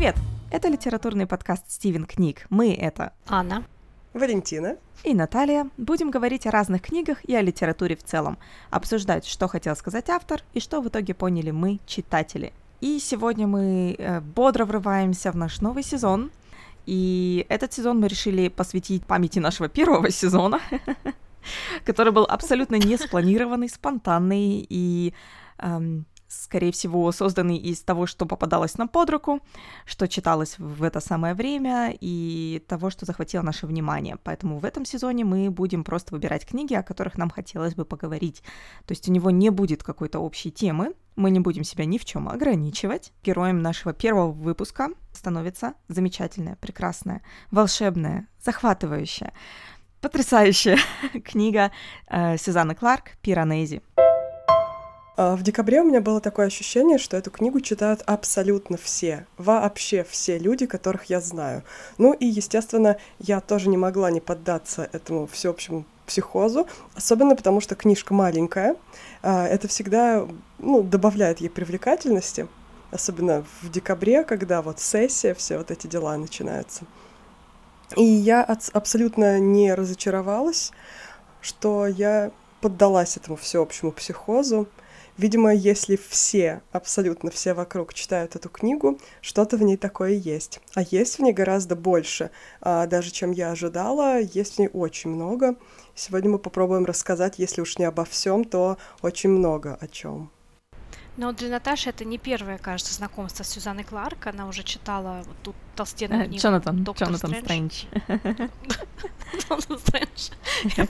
Привет! Это литературный подкаст «Стивен книг». Мы — это Анна, Валентина и Наталья. Будем говорить о разных книгах и о литературе в целом, обсуждать, что хотел сказать автор и что в итоге поняли мы, читатели. И сегодня мы бодро врываемся в наш новый сезон, и этот сезон мы решили посвятить памяти нашего первого сезона, который был абсолютно не спланированный, спонтанный и, скорее всего, созданный из того, что попадалось нам под руку, что читалось в это самое время и того, что захватило наше внимание. Поэтому в этом сезоне мы будем просто выбирать книги, о которых нам хотелось бы поговорить. То есть у него не будет какой-то общей темы, мы не будем себя ни в чем ограничивать. Героем нашего первого выпуска становится замечательная, прекрасная, волшебная, захватывающая, потрясающая книга Сюзанны Кларк «Пиранези». В декабре у меня было такое ощущение, что эту книгу читают абсолютно все, вообще все люди, которых я знаю. Ну и, естественно, я тоже не могла не поддаться этому всеобщему психозу, особенно потому, что книжка маленькая. Это всегда добавляет ей привлекательности, особенно в декабре, когда вот сессия, все вот эти дела начинаются. И я абсолютно не разочаровалась, что я поддалась этому всеобщему психозу. Видимо, если все, абсолютно все вокруг читают эту книгу, что-то в ней такое есть. А есть в ней гораздо больше, даже чем я ожидала, есть в ней очень много. Сегодня мы попробуем рассказать, если уж не обо всем, то очень много о чем. но для Наташи это не первое, кажется, знакомство с Сюзанной Кларк. Она уже читала вот тут толстенную книгу Джонатан Стрэндж. Стрендж. Стрэндж. Я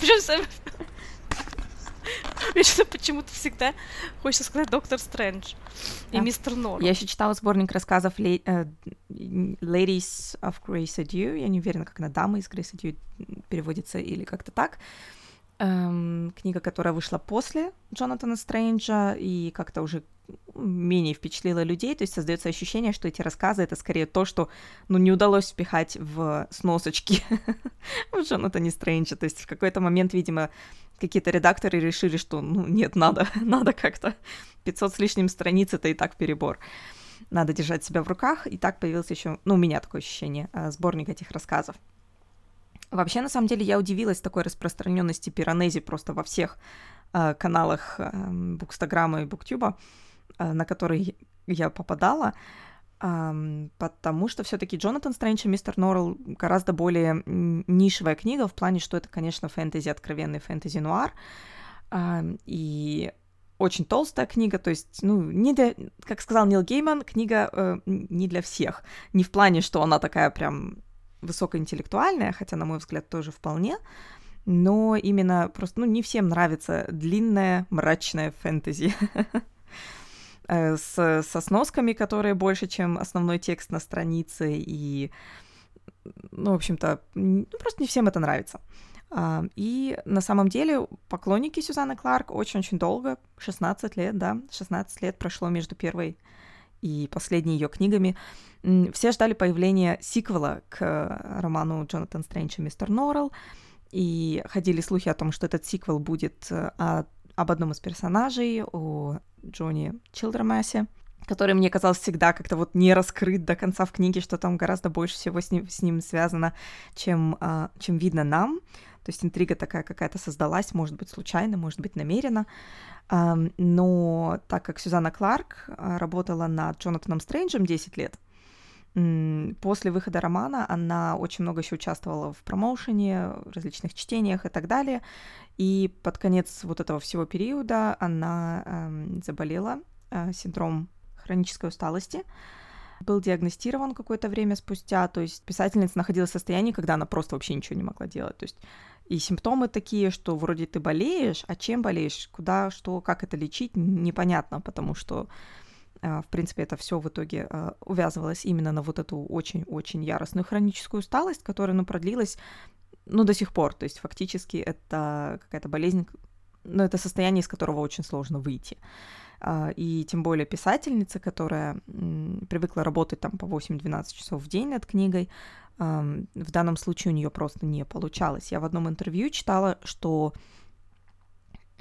почему-то всегда хочется сказать доктор Стрэндж и мистер Норрелл. Я еще читала сборник рассказов Ladies of Grace Adieu. Я не уверена, как она, дамы из Grace Adieu переводится или как-то так. Книга, которая вышла после Джонатана Стрэнджа и как-то уже менее впечатлила людей, то есть создается ощущение, что эти рассказы — это скорее то, что не удалось впихать в сносочки в Джонатане Стрэнджа, то есть в какой-то момент, видимо, какие-то редакторы решили, что, нет, надо как-то 500 с лишним страниц — это и так перебор. Надо держать себя в руках, и так появился еще, у меня такое ощущение, сборник этих рассказов. Вообще, на самом деле, я удивилась такой распространенности пиранези просто во всех каналах Букстаграма и Буктюба, на которые я попадала, потому что все-таки Джонатан Стрендж и мистер Норрелл гораздо более нишевая книга в плане, что это, конечно, фэнтези, откровенный фэнтези-нуар, и очень толстая книга, то есть, не для, как сказал Нил Гейман, книга не для всех, не в плане, что она такая прям высокоинтеллектуальная, хотя, на мой взгляд, тоже вполне, но именно просто, не всем нравится длинная, мрачная фэнтези со сносками, которые больше, чем основной текст на странице, и, в общем-то, просто не всем это нравится. И на самом деле поклонники Сюзанны Кларк очень-очень долго, 16 лет прошло между первой и последней ее книгами. Все ждали появления сиквела к роману «Джонатан Стрендж и мистер Норрелл», и ходили слухи о том, что этот сиквел будет об одном из персонажей, о Джоне Чилдермасе, который мне казалось всегда как-то не раскрыт до конца в книге, что там гораздо больше всего с ним связано, чем видно нам. То есть интрига такая какая-то создалась, может быть, случайно, может быть, намеренно. Но так как Сюзанна Кларк работала над Джонатаном Стрэнджем 10 лет, после выхода романа она очень много еще участвовала в промоушене, в различных чтениях и так далее. И под конец вот этого всего периода она заболела синдром хронической усталости. Был диагностирован какое-то время спустя, то есть писательница находилась в состоянии, когда она просто вообще ничего не могла делать. То есть и симптомы такие, что вроде ты болеешь, а чем болеешь, куда, что, как это лечить, непонятно, потому что в принципе, это все в итоге увязывалось именно на вот эту очень-очень яростную хроническую усталость, которая, продлилась, до сих пор. То есть фактически это какая-то болезнь, это состояние, из которого очень сложно выйти. И тем более писательница, которая привыкла работать там по 8-12 часов в день над книгой, в данном случае у нее просто не получалось. Я в одном интервью читала, что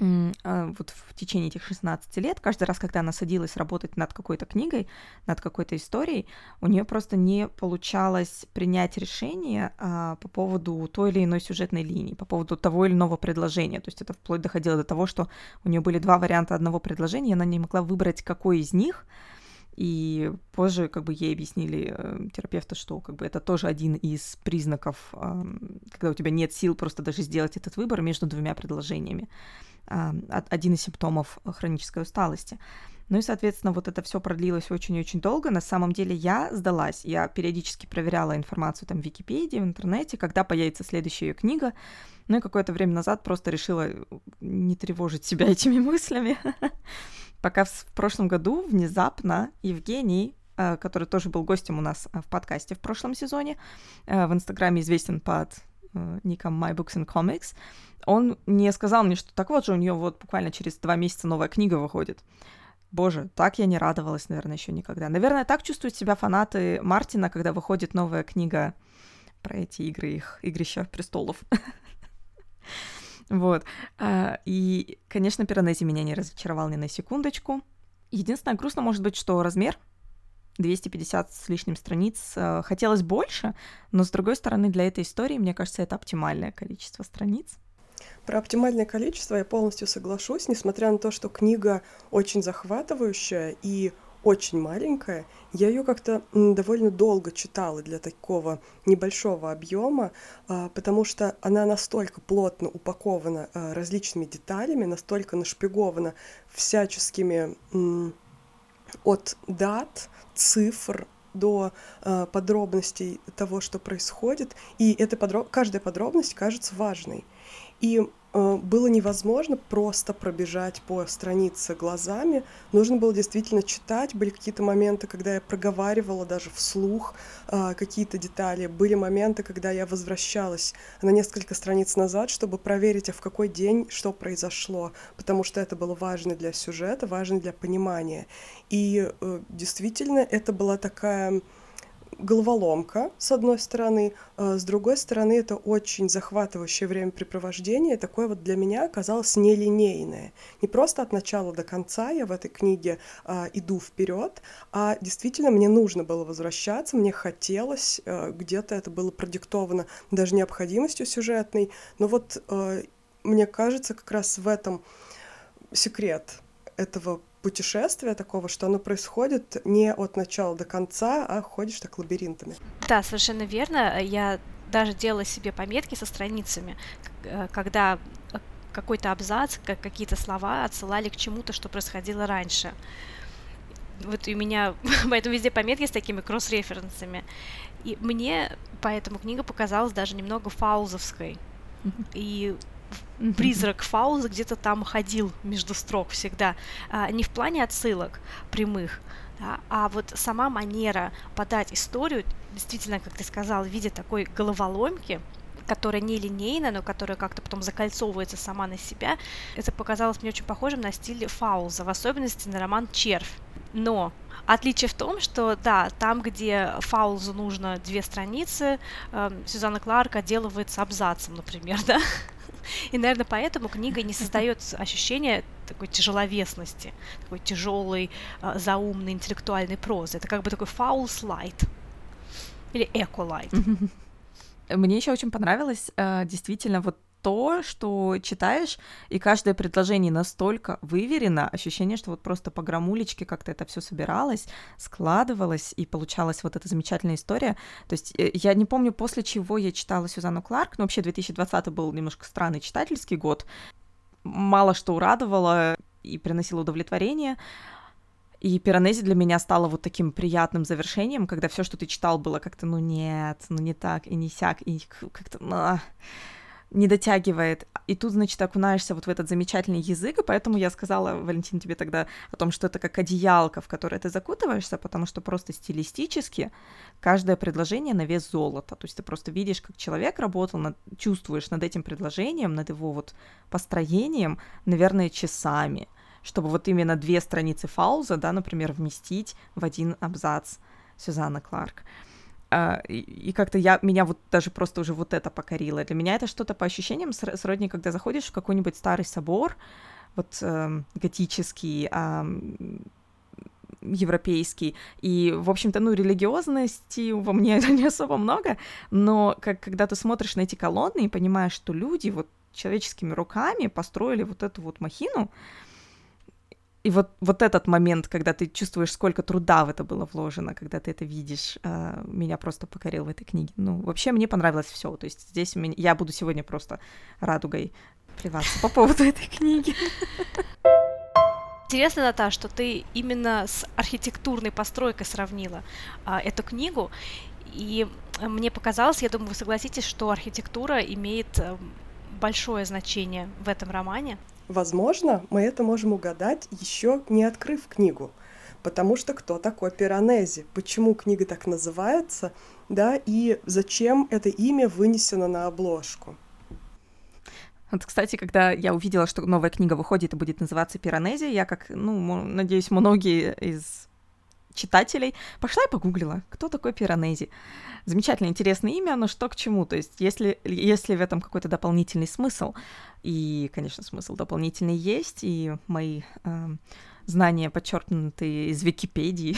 вот в течение этих 16 лет, каждый раз, когда она садилась работать над какой-то книгой, над какой-то историей, у нее просто не получалось принять решение по поводу той или иной сюжетной линии, по поводу того или иного предложения. То есть это вплоть доходило до того, что у нее были два варианта одного предложения, и она не могла выбрать, какой из них. И позже как бы ей объяснили терапевты, что как бы это тоже один из признаков, когда у тебя нет сил просто даже сделать этот выбор между двумя предложениями. Один из симптомов хронической усталости. Ну и, соответственно, вот это все продлилось очень-очень долго. На самом деле я сдалась. Я периодически проверяла информацию там в Википедии, в интернете, когда появится следующая ее книга. Ну и какое-то время назад просто решила не тревожить себя этими мыслями. Пока в прошлом году внезапно Евгений, который тоже был гостем у нас в подкасте в прошлом сезоне, в Инстаграме известен под ником My Books and Comics, он не сказал мне, что так вот же у нее вот буквально через 2 месяца новая книга выходит. Боже, так я не радовалась, наверное, еще никогда. Наверное, так чувствуют себя фанаты Мартина, когда выходит новая книга про эти игры, их «Игрища престолов». Вот. И, конечно, Пиранези меня не разочаровал ни на секундочку. Единственное, грустно может быть, что размер 250 с лишним страниц хотелось больше, но, с другой стороны, для этой истории, мне кажется, это оптимальное количество страниц. Про оптимальное количество я полностью соглашусь, несмотря на то, что книга очень захватывающая и очень маленькая, я ее как-то довольно долго читала для такого небольшого объема, потому что она настолько плотно упакована различными деталями, настолько нашпигована всяческими от дат, цифр до подробностей того, что происходит, и каждая подробность кажется важной. И было невозможно просто пробежать по странице глазами, нужно было действительно читать, были какие-то моменты, когда я проговаривала даже вслух какие-то детали, были моменты, когда я возвращалась на несколько страниц назад, чтобы проверить, а в какой день что произошло, потому что это было важно для сюжета, важно для понимания. И действительно, это была такая головоломка, с одной стороны, с другой стороны, это очень захватывающее времяпрепровождение, такое вот для меня оказалось нелинейное. Не просто от начала до конца я в этой книге иду вперед, а действительно мне нужно было возвращаться, мне хотелось, где-то это было продиктовано даже необходимостью сюжетной, но вот мне кажется, как раз в этом секрет этого путешествия такого, что оно происходит не от начала до конца, а ходишь так лабиринтами. Да, совершенно верно. Я даже делала себе пометки со страницами, когда какой-то абзац, какие-то слова отсылали к чему-то, что происходило раньше. Вот у меня поэтому везде пометки с такими кросс-референсами. И мне поэтому книга показалась даже немного фаузовской. И призрак Фауза где-то там ходил между строк всегда. Не в плане отсылок прямых, да, а вот сама манера подать историю, действительно, как ты сказала, в виде такой головоломки, которая не линейная, но которая как-то потом закольцовывается сама на себя, это показалось мне очень похожим на стиль Фауза, в особенности на роман «Червь». Но отличие в том, что, да, там, где Фаузу нужно 2 страницы, Сюзанна Кларк отделывается абзацем, например, да? И, наверное, поэтому книга не создает ощущения такой тяжеловесности, такой тяжелой, заумной, интеллектуальной прозы. Это как бы такой Fowles Light или Eco Light. Мне еще очень понравилось действительно вот то, что читаешь, и каждое предложение настолько выверено, ощущение, что вот просто по грамулечке как-то это все собиралось, складывалось, и получалась вот эта замечательная история. То есть я не помню, после чего я читала Сюзанну Кларк, но вообще 2020 был немножко странный читательский год, мало что урадовало и приносило удовлетворение. И Пиранези для меня стало вот таким приятным завершением, когда все, что ты читал, было как-то, ну нет, ну не так, и не сяк, и как-то не дотягивает. И тут, значит, окунаешься вот в этот замечательный язык, и поэтому я сказала, Валентин, тебе тогда о том, что это как одеялко, в которое ты закутываешься, потому что просто стилистически каждое предложение на вес золота. То есть ты просто видишь, как человек работал, чувствуешь над этим предложением, над его вот построением, наверное, часами, чтобы вот именно 2 страницы Фауза, да, например, вместить в один абзац Сюзанны Кларк. И как-то меня вот даже просто уже вот это покорило. Для меня это что-то по ощущениям сродни, когда заходишь в какой-нибудь старый собор, вот готический, европейский, и, в общем-то, ну, религиозности во мне не особо много, но когда ты смотришь на эти колонны и понимаешь, что люди вот человеческими руками построили вот эту вот махину, и вот этот момент, когда ты чувствуешь, сколько труда в это было вложено, когда ты это видишь, меня просто покорил в этой книге. Ну, вообще, мне понравилось все. То есть здесь я буду сегодня просто радугой плеваться по поводу этой книги. Интересно, Наташ, что ты именно с архитектурной постройкой сравнила эту книгу, и мне показалось, я думаю, вы согласитесь, что архитектура имеет большое значение в этом романе. Возможно, мы это можем угадать, еще не открыв книгу, потому что кто такой Пиранези, почему книга так называется, да, и зачем это имя вынесено на обложку. Вот, кстати, когда я увидела, что новая книга выходит и будет называться «Пиранези», я, как, ну, надеюсь, многие из читателей, пошла и погуглила, кто такой Пиранези. Замечательно интересное имя, но что к чему? То есть если в этом какой-то дополнительный смысл, и, конечно, смысл дополнительный есть, и мои знания, подчеркнутые из Википедии,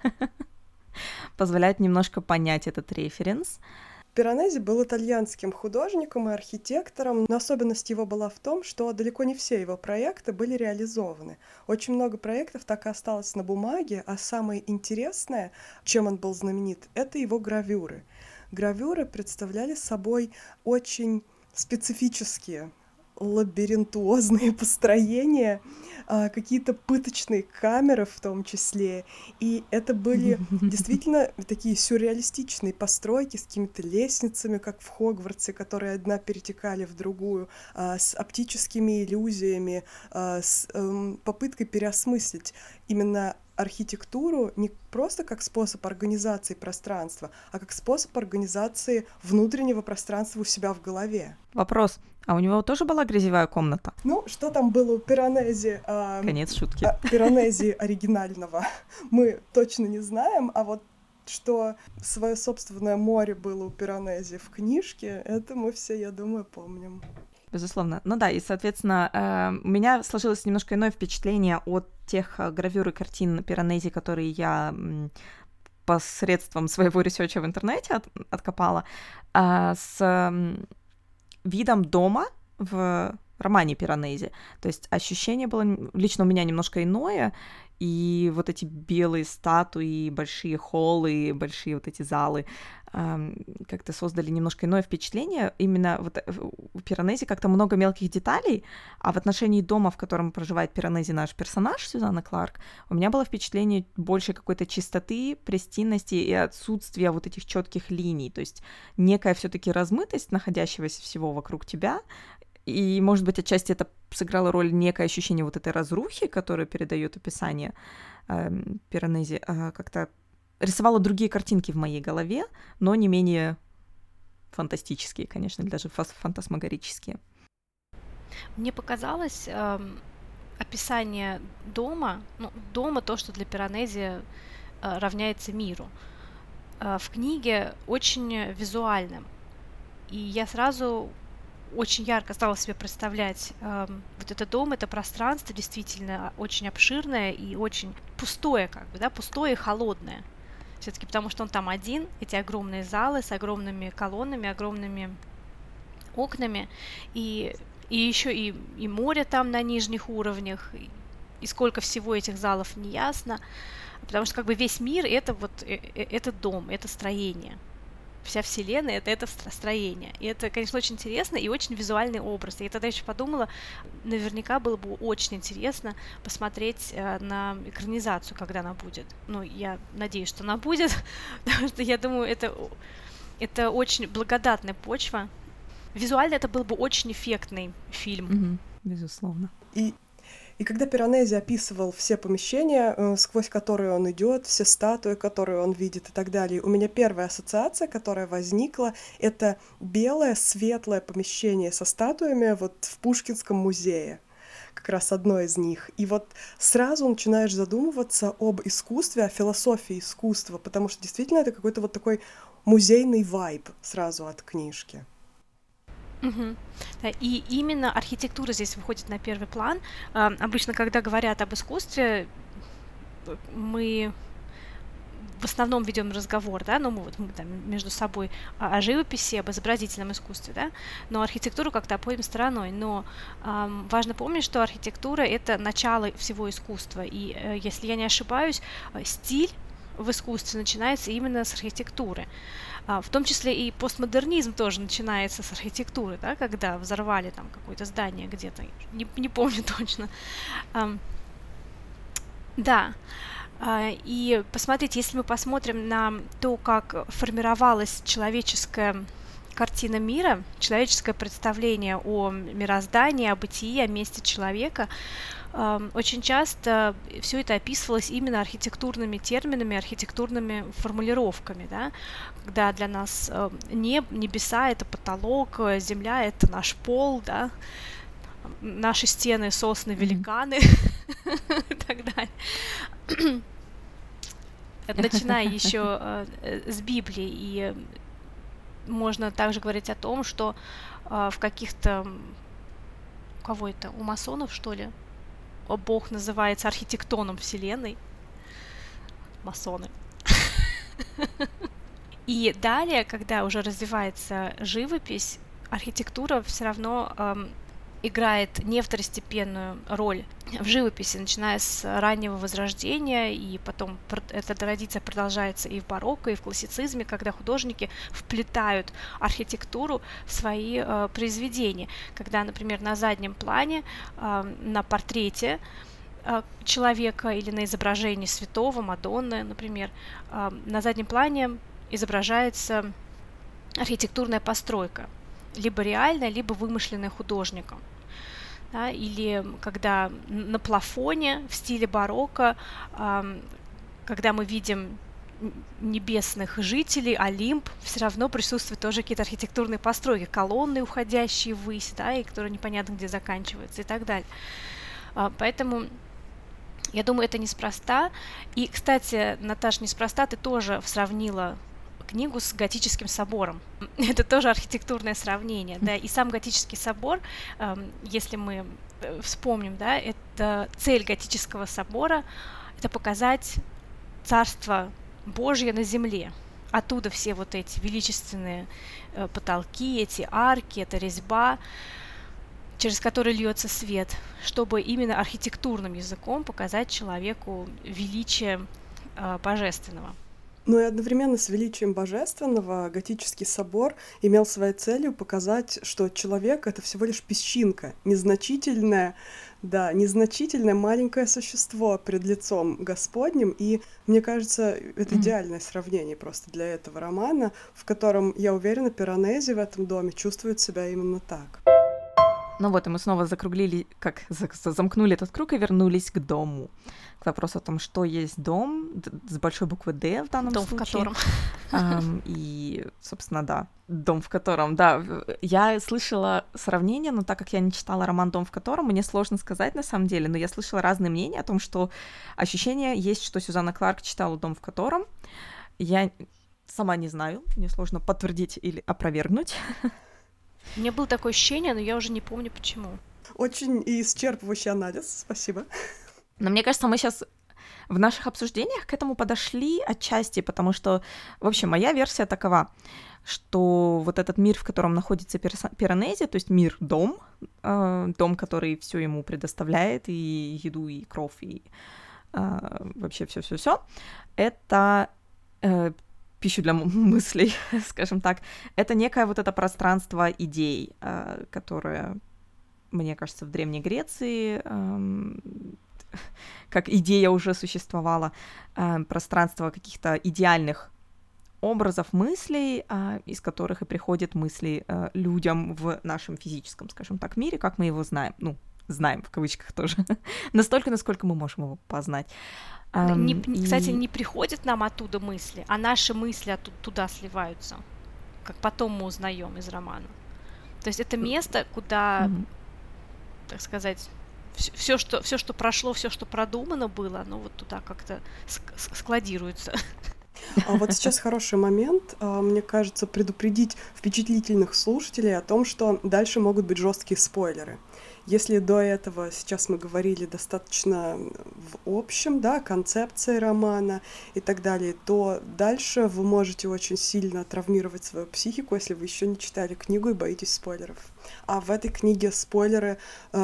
позволяют немножко понять этот референс. Пиранези был итальянским художником и архитектором, но особенность его была в том, что далеко не все его проекты были реализованы. Очень много проектов так и осталось на бумаге, а самое интересное, чем он был знаменит, это его гравюры. Гравюры представляли собой очень специфические лабиринтуозные построения, какие-то пыточные камеры в том числе. И это были действительно такие сюрреалистичные постройки с какими-то лестницами, как в Хогвартсе, которые одна перетекали в другую, с оптическими иллюзиями, с попыткой переосмыслить именно архитектуру не просто как способ организации пространства, а как способ организации внутреннего пространства у себя в голове. Вопрос. А у него тоже была грязевая комната? Ну, что там было у Пиранези? Конец шутки. Пиранези оригинального мы точно не знаем, а вот что свое собственное море было у Пиранези в книжке, это мы все, я думаю, помним. Безусловно. Ну да, и, соответственно, у меня сложилось немножко иное впечатление от тех гравюр и картин Пиранези, которые я посредством своего ресерча в интернете откопала, с видом дома в романе Пиранези. То есть ощущение было лично у меня немножко иное, и вот эти белые статуи, большие холлы, большие вот эти залы как-то создали немножко иное впечатление. Именно вот у Пиранези как-то много мелких деталей, а в отношении дома, в котором проживает Пиранези, наш персонаж Сюзанна Кларк, у меня было впечатление больше какой-то чистоты, престинности и отсутствия вот этих четких линий, то есть некая все-таки размытость находящегося всего вокруг тебя. И, может быть, отчасти это сыграло роль некое ощущение вот этой разрухи, которое передает описание Пиранези, как-то рисовало другие картинки в моей голове, но не менее фантастические, конечно, даже фантасмагорические. Мне показалось описание дома, дома то, что для Пиранези равняется миру, в книге очень визуальным. И я сразу очень ярко стала себе представлять вот этот дом, это пространство действительно очень обширное и очень пустое, как бы, да, пустое и холодное. Все-таки потому что он там один, эти огромные залы с огромными колоннами, огромными окнами, и еще и море там на нижних уровнях, и сколько всего этих залов не ясно, потому что как бы весь мир это вот этот дом, это строение. Вся вселенная — это строение. И это, конечно, очень интересно и очень визуальный образ. И я тогда еще подумала, наверняка было бы очень интересно посмотреть на экранизацию, когда она будет. Ну, я надеюсь, что она будет, потому что я думаю, это очень благодатная почва. Визуально это был бы очень эффектный фильм. Безусловно. И когда Пиранези описывал все помещения, сквозь которые он идет, все статуи, которые он видит и так далее, у меня первая ассоциация, которая возникла, это белое светлое помещение со статуями вот в Пушкинском музее. Как раз одно из них. И вот сразу начинаешь задумываться об искусстве, о философии искусства, потому что действительно это какой-то вот такой музейный вайб сразу от книжки. Мгм. Да, и именно архитектура здесь выходит на первый план. Обычно, когда говорят об искусстве, мы в основном ведем разговор, да, ну мы там между собой о живописи, об изобразительном искусстве, да, но архитектуру как-то обходим стороной. Но важно помнить, что архитектура — это начало всего искусства. И если я не ошибаюсь, стиль в искусстве начинается именно с архитектуры. В том числе и постмодернизм тоже начинается с архитектуры, да, когда взорвали там какое-то здание где-то, не помню точно. Да. И посмотрите, если мы посмотрим на то, как формировалась человеческая картина мира, человеческое представление о мироздании, о бытии, о месте человека, очень часто все это описывалось именно архитектурными терминами, архитектурными формулировками, да? Когда для нас небеса — это потолок, земля — это наш пол, да? Наши стены — сосны, великаны и так далее. Начиная еще с Библии, и можно также говорить о том, что в каких-то, у кого это, у масонов, что ли, Бог называется архитектоном Вселенной. Масоны. И далее, когда уже развивается живопись, архитектура все равно играет не второстепенную роль в живописи, начиная с раннего Возрождения, и потом эта традиция продолжается и в барокко, и в классицизме, когда художники вплетают архитектуру в свои произведения. Когда, например, на заднем плане, на портрете человека или на изображении святого, Мадонны, например, на заднем плане изображается архитектурная постройка, либо реальная, либо вымышленная художником. Да, или когда на плафоне в стиле барокко, когда мы видим небесных жителей, Олимп, все равно присутствуют тоже какие-то архитектурные постройки, колонны, уходящие ввысь, да, и которые непонятно где заканчиваются и так далее. Поэтому я думаю, это неспроста. И, кстати, Наташа, неспроста ты тоже сравнила книгу с готическим собором. Это тоже архитектурное сравнение, да, и сам готический собор, если мы вспомним, да, это цель готического собора — это показать Царство Божье на земле. Оттуда все вот эти величественные потолки, эти арки, эта резьба, через которые льется свет, чтобы именно архитектурным языком показать человеку величие божественного. Но и одновременно с величием божественного готический собор имел своей целью показать, что человек — это всего лишь песчинка, незначительное маленькое существо пред лицом Господним. И мне кажется, это идеальное сравнение просто для этого романа, в котором, я уверена, Пиранези в этом доме чувствует себя именно так. Ну вот, и мы снова замкнули этот круг и вернулись к дому. К вопросу о том, что есть дом, с большой буквы «Д» в данном дом, случае. Дом, в котором. И, собственно, да, дом, в котором, да. Я слышала сравнение, но так как я не читала роман «Дом, в котором», мне сложно сказать на самом деле, но я слышала разные мнения о том, что ощущение есть, что Сюзанна Кларк читала «Дом, в котором». Я сама не знаю, мне сложно подтвердить или опровергнуть. У меня было такое ощущение, но я уже не помню, почему. Очень исчерпывающий анализ, спасибо. Но мне кажется, мы сейчас в наших обсуждениях к этому подошли отчасти, потому что, в общем, моя версия такова, что вот этот мир, в котором находится Пиранези, то есть мир-дом, дом, который все ему предоставляет, и еду, и кров, и вообще все-все-все, это пищу для мыслей, скажем так. Это некое вот это пространство идей, которое, мне кажется, в Древней Греции как идея уже существовала, пространство каких-то идеальных образов, мыслей, из которых и приходят мысли людям в нашем физическом, скажем так, мире, как мы его знаем. Ну, знаем в кавычках тоже. Настолько, насколько мы можем его познать. Кстати, не приходят нам оттуда мысли, а наши мысли туда сливаются, как потом мы узнаем из романа. То есть это место, куда, так сказать, все, что прошло, все, что продумано было, оно вот туда как-то складируется. А вот сейчас хороший момент, мне кажется, предупредить впечатлительных слушателей о том, что дальше могут быть жесткие спойлеры. Если до этого сейчас мы говорили достаточно в общем, да, концепции романа и так далее, то дальше вы можете очень сильно травмировать свою психику, если вы еще не читали книгу и боитесь спойлеров. А в этой книге спойлеры,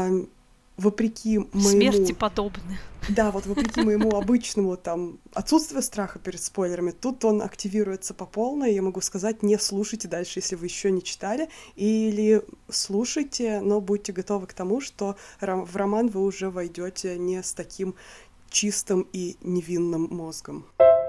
вопреки моему... Смерти подобны. Да, вот вопреки моему обычному там отсутствию страха перед спойлерами, тут он активируется по полной. Я могу сказать, не слушайте дальше, если вы еще не читали, или слушайте, но будьте готовы к тому, что в роман вы уже войдете не с таким чистым и невинным мозгом.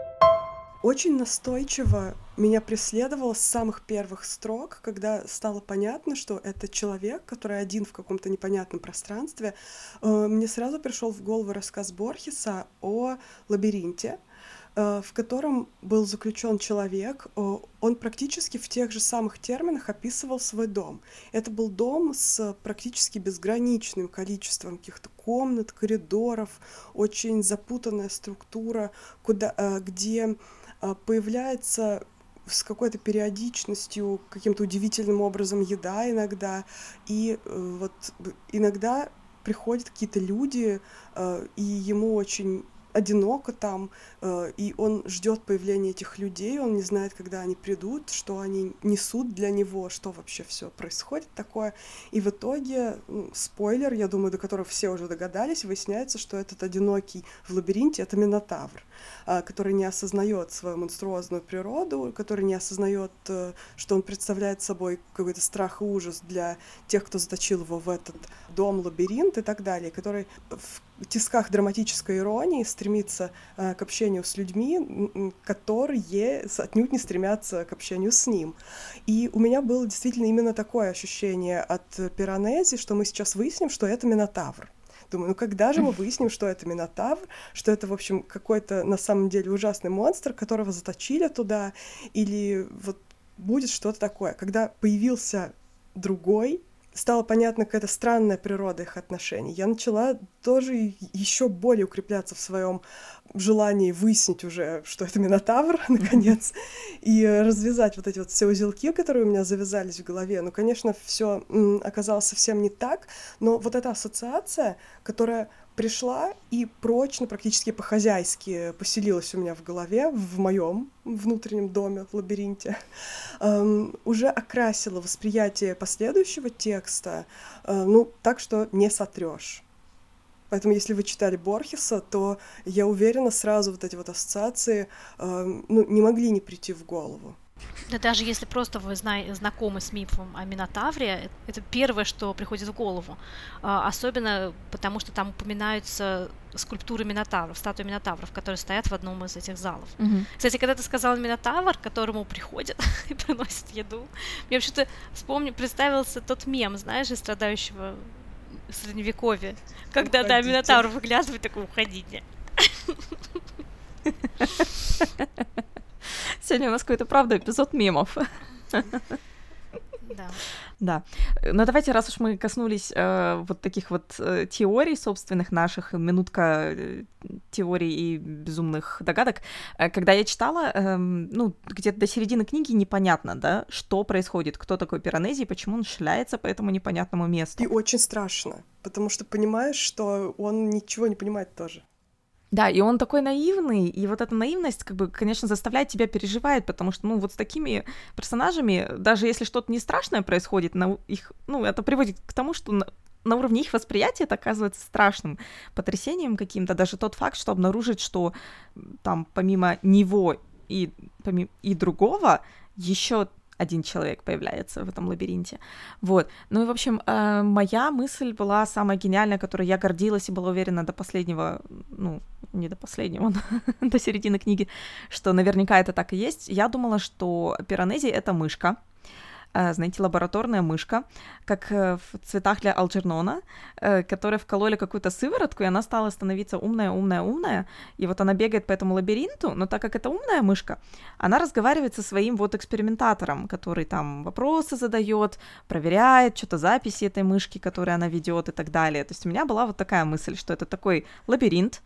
Очень настойчиво меня преследовало с самых первых строк, когда стало понятно, что это человек, который один в каком-то непонятном пространстве. Мне сразу пришел в голову рассказ Борхеса о лабиринте, в котором был заключен человек. Он практически в тех же самых терминах описывал свой дом. Это был дом с практически безграничным количеством каких-то комнат, коридоров, очень запутанная структура, где появляется с какой-то периодичностью, каким-то удивительным образом еда иногда, и вот иногда приходят какие-то люди, и ему очень одиноко там, и он ждет появления этих людей, он не знает, когда они придут, что они несут для него, что вообще все происходит такое. И в итоге, спойлер, я думаю, до которого все уже догадались, выясняется, что этот одинокий в лабиринте — это Минотавр, который не осознает свою монструозную природу, который не осознает, что он представляет собой какой-то страх и ужас для тех, кто заточил его в этот дом-лабиринт и так далее, который в тисках драматической иронии стремится к общению с людьми, которые отнюдь не стремятся к общению с ним. И у меня было действительно именно такое ощущение от Пиранези, что мы сейчас выясним, что это Минотавр. Думаю, когда же мы выясним, что это Минотавр, что это, в общем, какой-то на самом деле ужасный монстр, которого заточили туда, или вот будет что-то такое. Когда появился другой, стало понятно какая-то странная природа их отношений. Я начала тоже еще более укрепляться в своем желании выяснить уже, что это Минотавр, наконец, и развязать вот эти вот все узелки, которые у меня завязались в голове. Ну, конечно, все оказалось совсем не так, но вот эта ассоциация, которая пришла и прочно, практически по-хозяйски поселилась у меня в голове, в моем внутреннем доме, в лабиринте, уже окрасила восприятие последующего текста, так, что не сотрешь. Поэтому, если вы читали Борхеса, то, я уверена, сразу вот эти вот ассоциации не могли не прийти в голову. Да даже если просто вы знакомы с мифом о Минотавре, это первое, что приходит в голову. Особенно потому, что там упоминаются скульптуры Минотавров, статуи Минотавров, которые стоят в одном из этих залов. Мгм. Кстати, когда ты сказала Минотавр, к которому приходят и приносят еду, мне вообще-то представился тот мем, знаешь, из страдающего Средневековья, когда, да, Уходите. Минотавр выглядывает, такой, уходите. Сегодня у нас какой-то, правда, эпизод мемов. Да. Да. Но давайте, раз уж мы коснулись вот таких вот теорий собственных наших, минутка теорий и безумных догадок. Когда я читала, где-то до середины книги непонятно, да, что происходит, кто такой Пиранези и почему он шляется по этому непонятному месту. И очень страшно, потому что понимаешь, что он ничего не понимает тоже. Да, и он такой наивный, и вот эта наивность, конечно, заставляет тебя переживать, потому что, вот с такими персонажами, даже если что-то не страшное происходит, это приводит к тому, что на уровне их восприятия это оказывается страшным потрясением каким-то. Даже тот факт, что обнаружить, что там помимо него и другого еще один человек появляется в этом лабиринте. Вот. Ну и, в общем, моя мысль была самая гениальная, которой я гордилась и была уверена до последнего, не до последнего, но до середины книги, что наверняка это так и есть. Я думала, что Пиранези — это мышка, знаете, лабораторная мышка, как в «Цветах для Алджернона», которой вкололи какую-то сыворотку, и она стала становиться умная, и вот она бегает по этому лабиринту, но так как это умная мышка, она разговаривает со своим вот экспериментатором, который там вопросы задает, проверяет что-то записи этой мышки, которые она ведет и так далее. То есть у меня была вот такая мысль, что это такой лабиринт,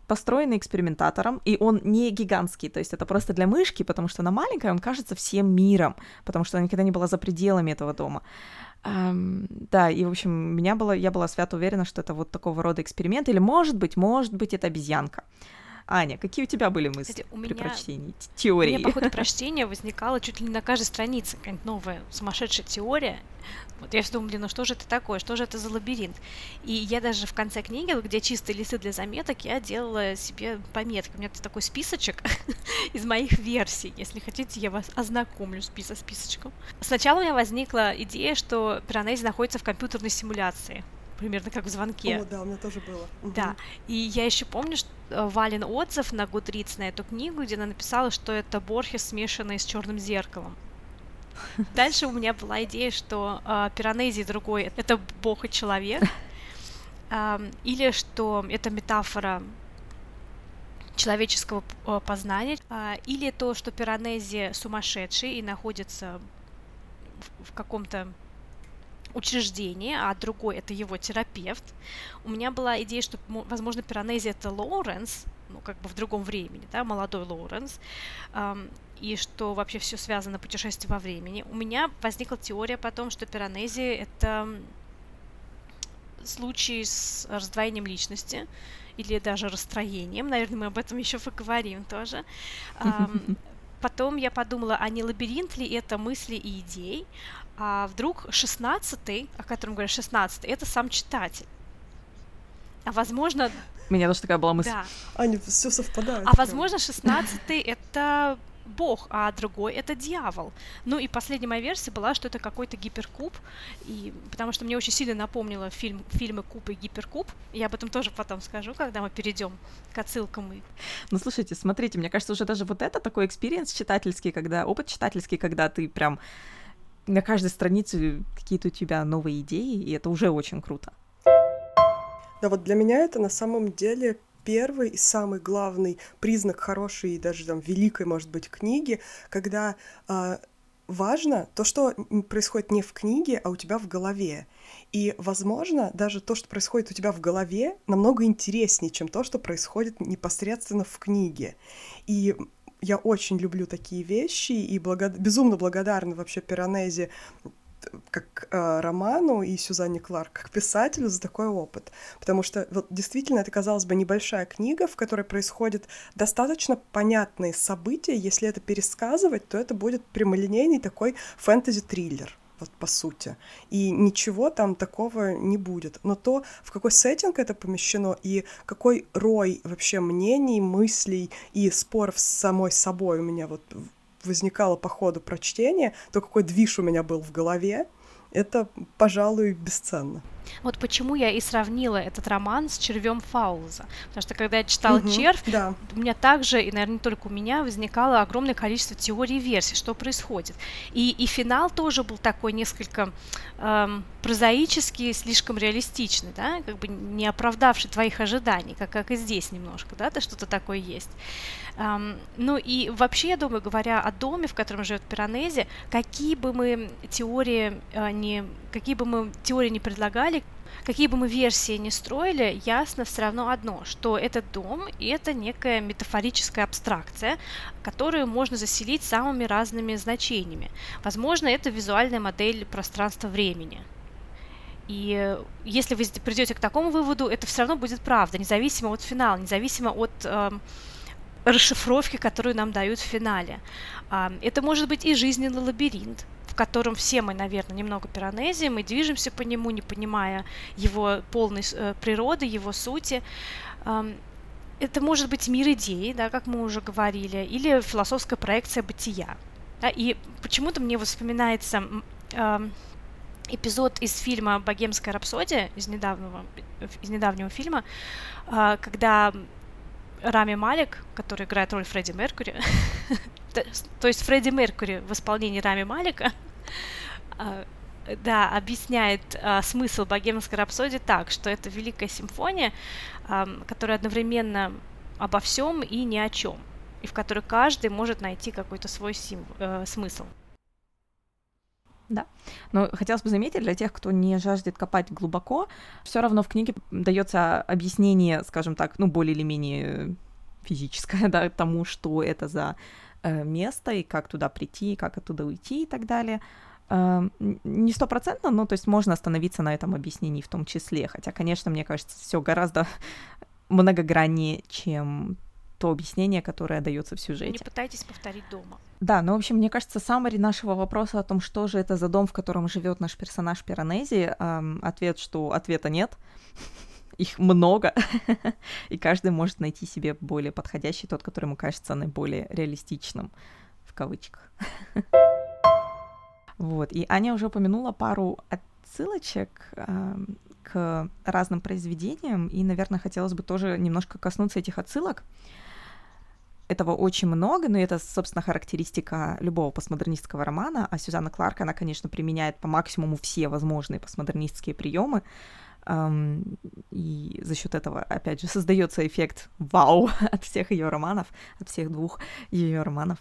построенный экспериментатором, и он не гигантский, то есть это просто для мышки, потому что она маленькая, он кажется всем миром, потому что она никогда не была за пределами этого дома. Да, и, в общем, я была свято уверена, что это вот такого рода эксперимент, или, может быть, это обезьянка. Аня, какие у тебя были мысли при прочтении теории? У меня по ходу прочтения возникала чуть ли не на каждой странице какая-нибудь новая сумасшедшая теория. Вот я все думала, ну что же это такое, что же это за лабиринт? И я даже в конце книги, где чистые листы для заметок, я делала себе пометки. У меня такой списочек из моих версий. Если хотите, я вас ознакомлю со списочком. Сначала у меня возникла идея, что Пиранези находится в компьютерной симуляции. Примерно как в «Звонке». О, да, у меня тоже было. Да, и я еще помню, что Валин отзыв на Goodreads на эту книгу, где она написала, что это Борхес, смешанный с «Черным зеркалом». Дальше у меня была идея, что Пиранези другой — это бог и человек, или что это метафора человеческого познания, или то, что Пиранези сумасшедший и находится в каком-то учреждение, а другой — это его терапевт. У меня была идея, что, возможно, Пиранези — это Лоуренс, ну, как бы в другом времени, да, молодой Лоуренс, и что вообще все связано путешествие во времени. У меня возникла теория потом, что Пиранези — это случай с раздвоением личности или даже расстроением. Наверное, мы об этом еще поговорим тоже. Потом я подумала, а не лабиринт ли это мыслей и идей? А вдруг 16-й, о котором говорят 16-й, это сам читатель. А возможно... У меня тоже такая была мысль. Да. Аня, все совпадает. А возможно 16-й это бог, а другой это дьявол. Ну и последняя моя версия была, что это какой-то гиперкуб, и потому что мне очень сильно напомнило фильмы «Куб» и «Гиперкуб». Я об этом тоже потом скажу, когда мы перейдем к отсылкам. Ну, слушайте, смотрите, мне кажется, уже даже вот это такой экспириенс читательский, опыт читательский, когда ты прям на каждой странице какие-то у тебя новые идеи, и это уже очень круто. Да, вот для меня это на самом деле первый и самый главный признак хорошей и даже там великой, может быть, книги, когда важно то, что происходит не в книге, а у тебя в голове. И, возможно, даже то, что происходит у тебя в голове, намного интереснее, чем то, что происходит непосредственно в книге. И я очень люблю такие вещи и безумно благодарна вообще Пиранези как роману и Сюзанне Кларк как писателю за такой опыт. Потому что вот, действительно это, казалось бы, небольшая книга, в которой происходят достаточно понятные события. Если это пересказывать, то это будет прямолинейный такой фэнтези-триллер. Вот по сути. И ничего там такого не будет. Но то, в какой сеттинг это помещено, и какой рой вообще мнений, мыслей и споров с самой собой у меня вот возникало по ходу прочтения, то какой движ у меня был в голове, это, пожалуй, бесценно. Вот почему я и сравнила этот роман с «Червем Фаулза». Потому что когда я читала «Червь», да. у меня также, и, наверное, не только у меня, возникало огромное количество теорий и версий, что происходит. И финал тоже был такой несколько прозаический, слишком реалистичный, да, как бы не оправдавший твоих ожиданий, как и здесь немножко, да, что-то такое есть. Ну и вообще, я думаю, говоря о доме, в котором живет Пиранези, какие бы мы теории не предлагали, какие бы мы версии ни строили, ясно все равно одно, что этот дом — это некая метафорическая абстракция, которую можно заселить самыми разными значениями. Возможно, это визуальная модель пространства-времени. И если вы придете к такому выводу, это все равно будет правда, независимо от финала, независимо от расшифровки, которую нам дают в финале. Это может быть и жизненный лабиринт, в котором все мы, наверное, немного Пиранези, мы движемся по нему, не понимая его полной природы, его сути. Это может быть мир идей, да, как мы уже говорили, или философская проекция бытия. Да, и почему-то мне вспоминается эпизод из фильма «Богемская рапсодия», из недавнего фильма, когда Рами Малек, который играет роль Фредди Меркьюри, то есть Фредди Меркьюри в исполнении Рами Малека, да, объясняет смысл «Богемской рапсодии» так, что это великая симфония, которая одновременно обо всем и ни о чем, и в которой каждый может найти какой-то свой смысл. Да. Но хотелось бы заметить, для тех, кто не жаждет копать глубоко, все равно в книге дается объяснение, скажем так, ну, более или менее физическое, да, тому, что это за место, и как туда прийти, и как оттуда уйти и так далее. Не стопроцентно, но то есть можно остановиться на этом объяснении в том числе. Хотя, конечно, мне кажется, все гораздо многограннее, чем то объяснение, которое дается в сюжете. Не пытайтесь повторить дома. Да, ну, в общем, мне кажется, саммари нашего вопроса о том, что же это за дом, в котором живет наш персонаж Пиранези, ответ, что ответа нет. Их много, и каждый может найти себе более подходящий, тот, который ему кажется наиболее реалистичным, в кавычках. Вот, и Аня уже упомянула пару отсылочек к разным произведениям, и, наверное, хотелось бы тоже немножко коснуться этих отсылок. Этого очень много, но это, собственно, характеристика любого постмодернистского романа, а Сюзанна Кларк, она, конечно, применяет по максимуму все возможные постмодернистские приемы, и за счет этого, опять же, создается эффект вау от всех ее романов, от всех двух ее романов.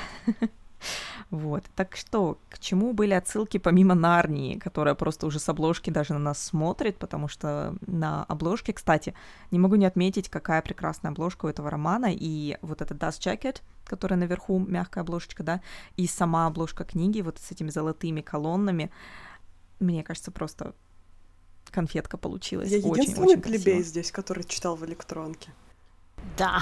Вот. Так что, к чему были отсылки помимо Нарнии, которая просто уже с обложки даже на нас смотрит, потому что на обложке, кстати, не могу не отметить, какая прекрасная обложка у этого романа, и вот этот Dust Jacket, который наверху, мягкая обложечка, да, и сама обложка книги вот с этими золотыми колоннами, мне кажется, просто конфетка получилась. Я очень, единственный очень плебей красиво. здесь, который читал в электронке. Да.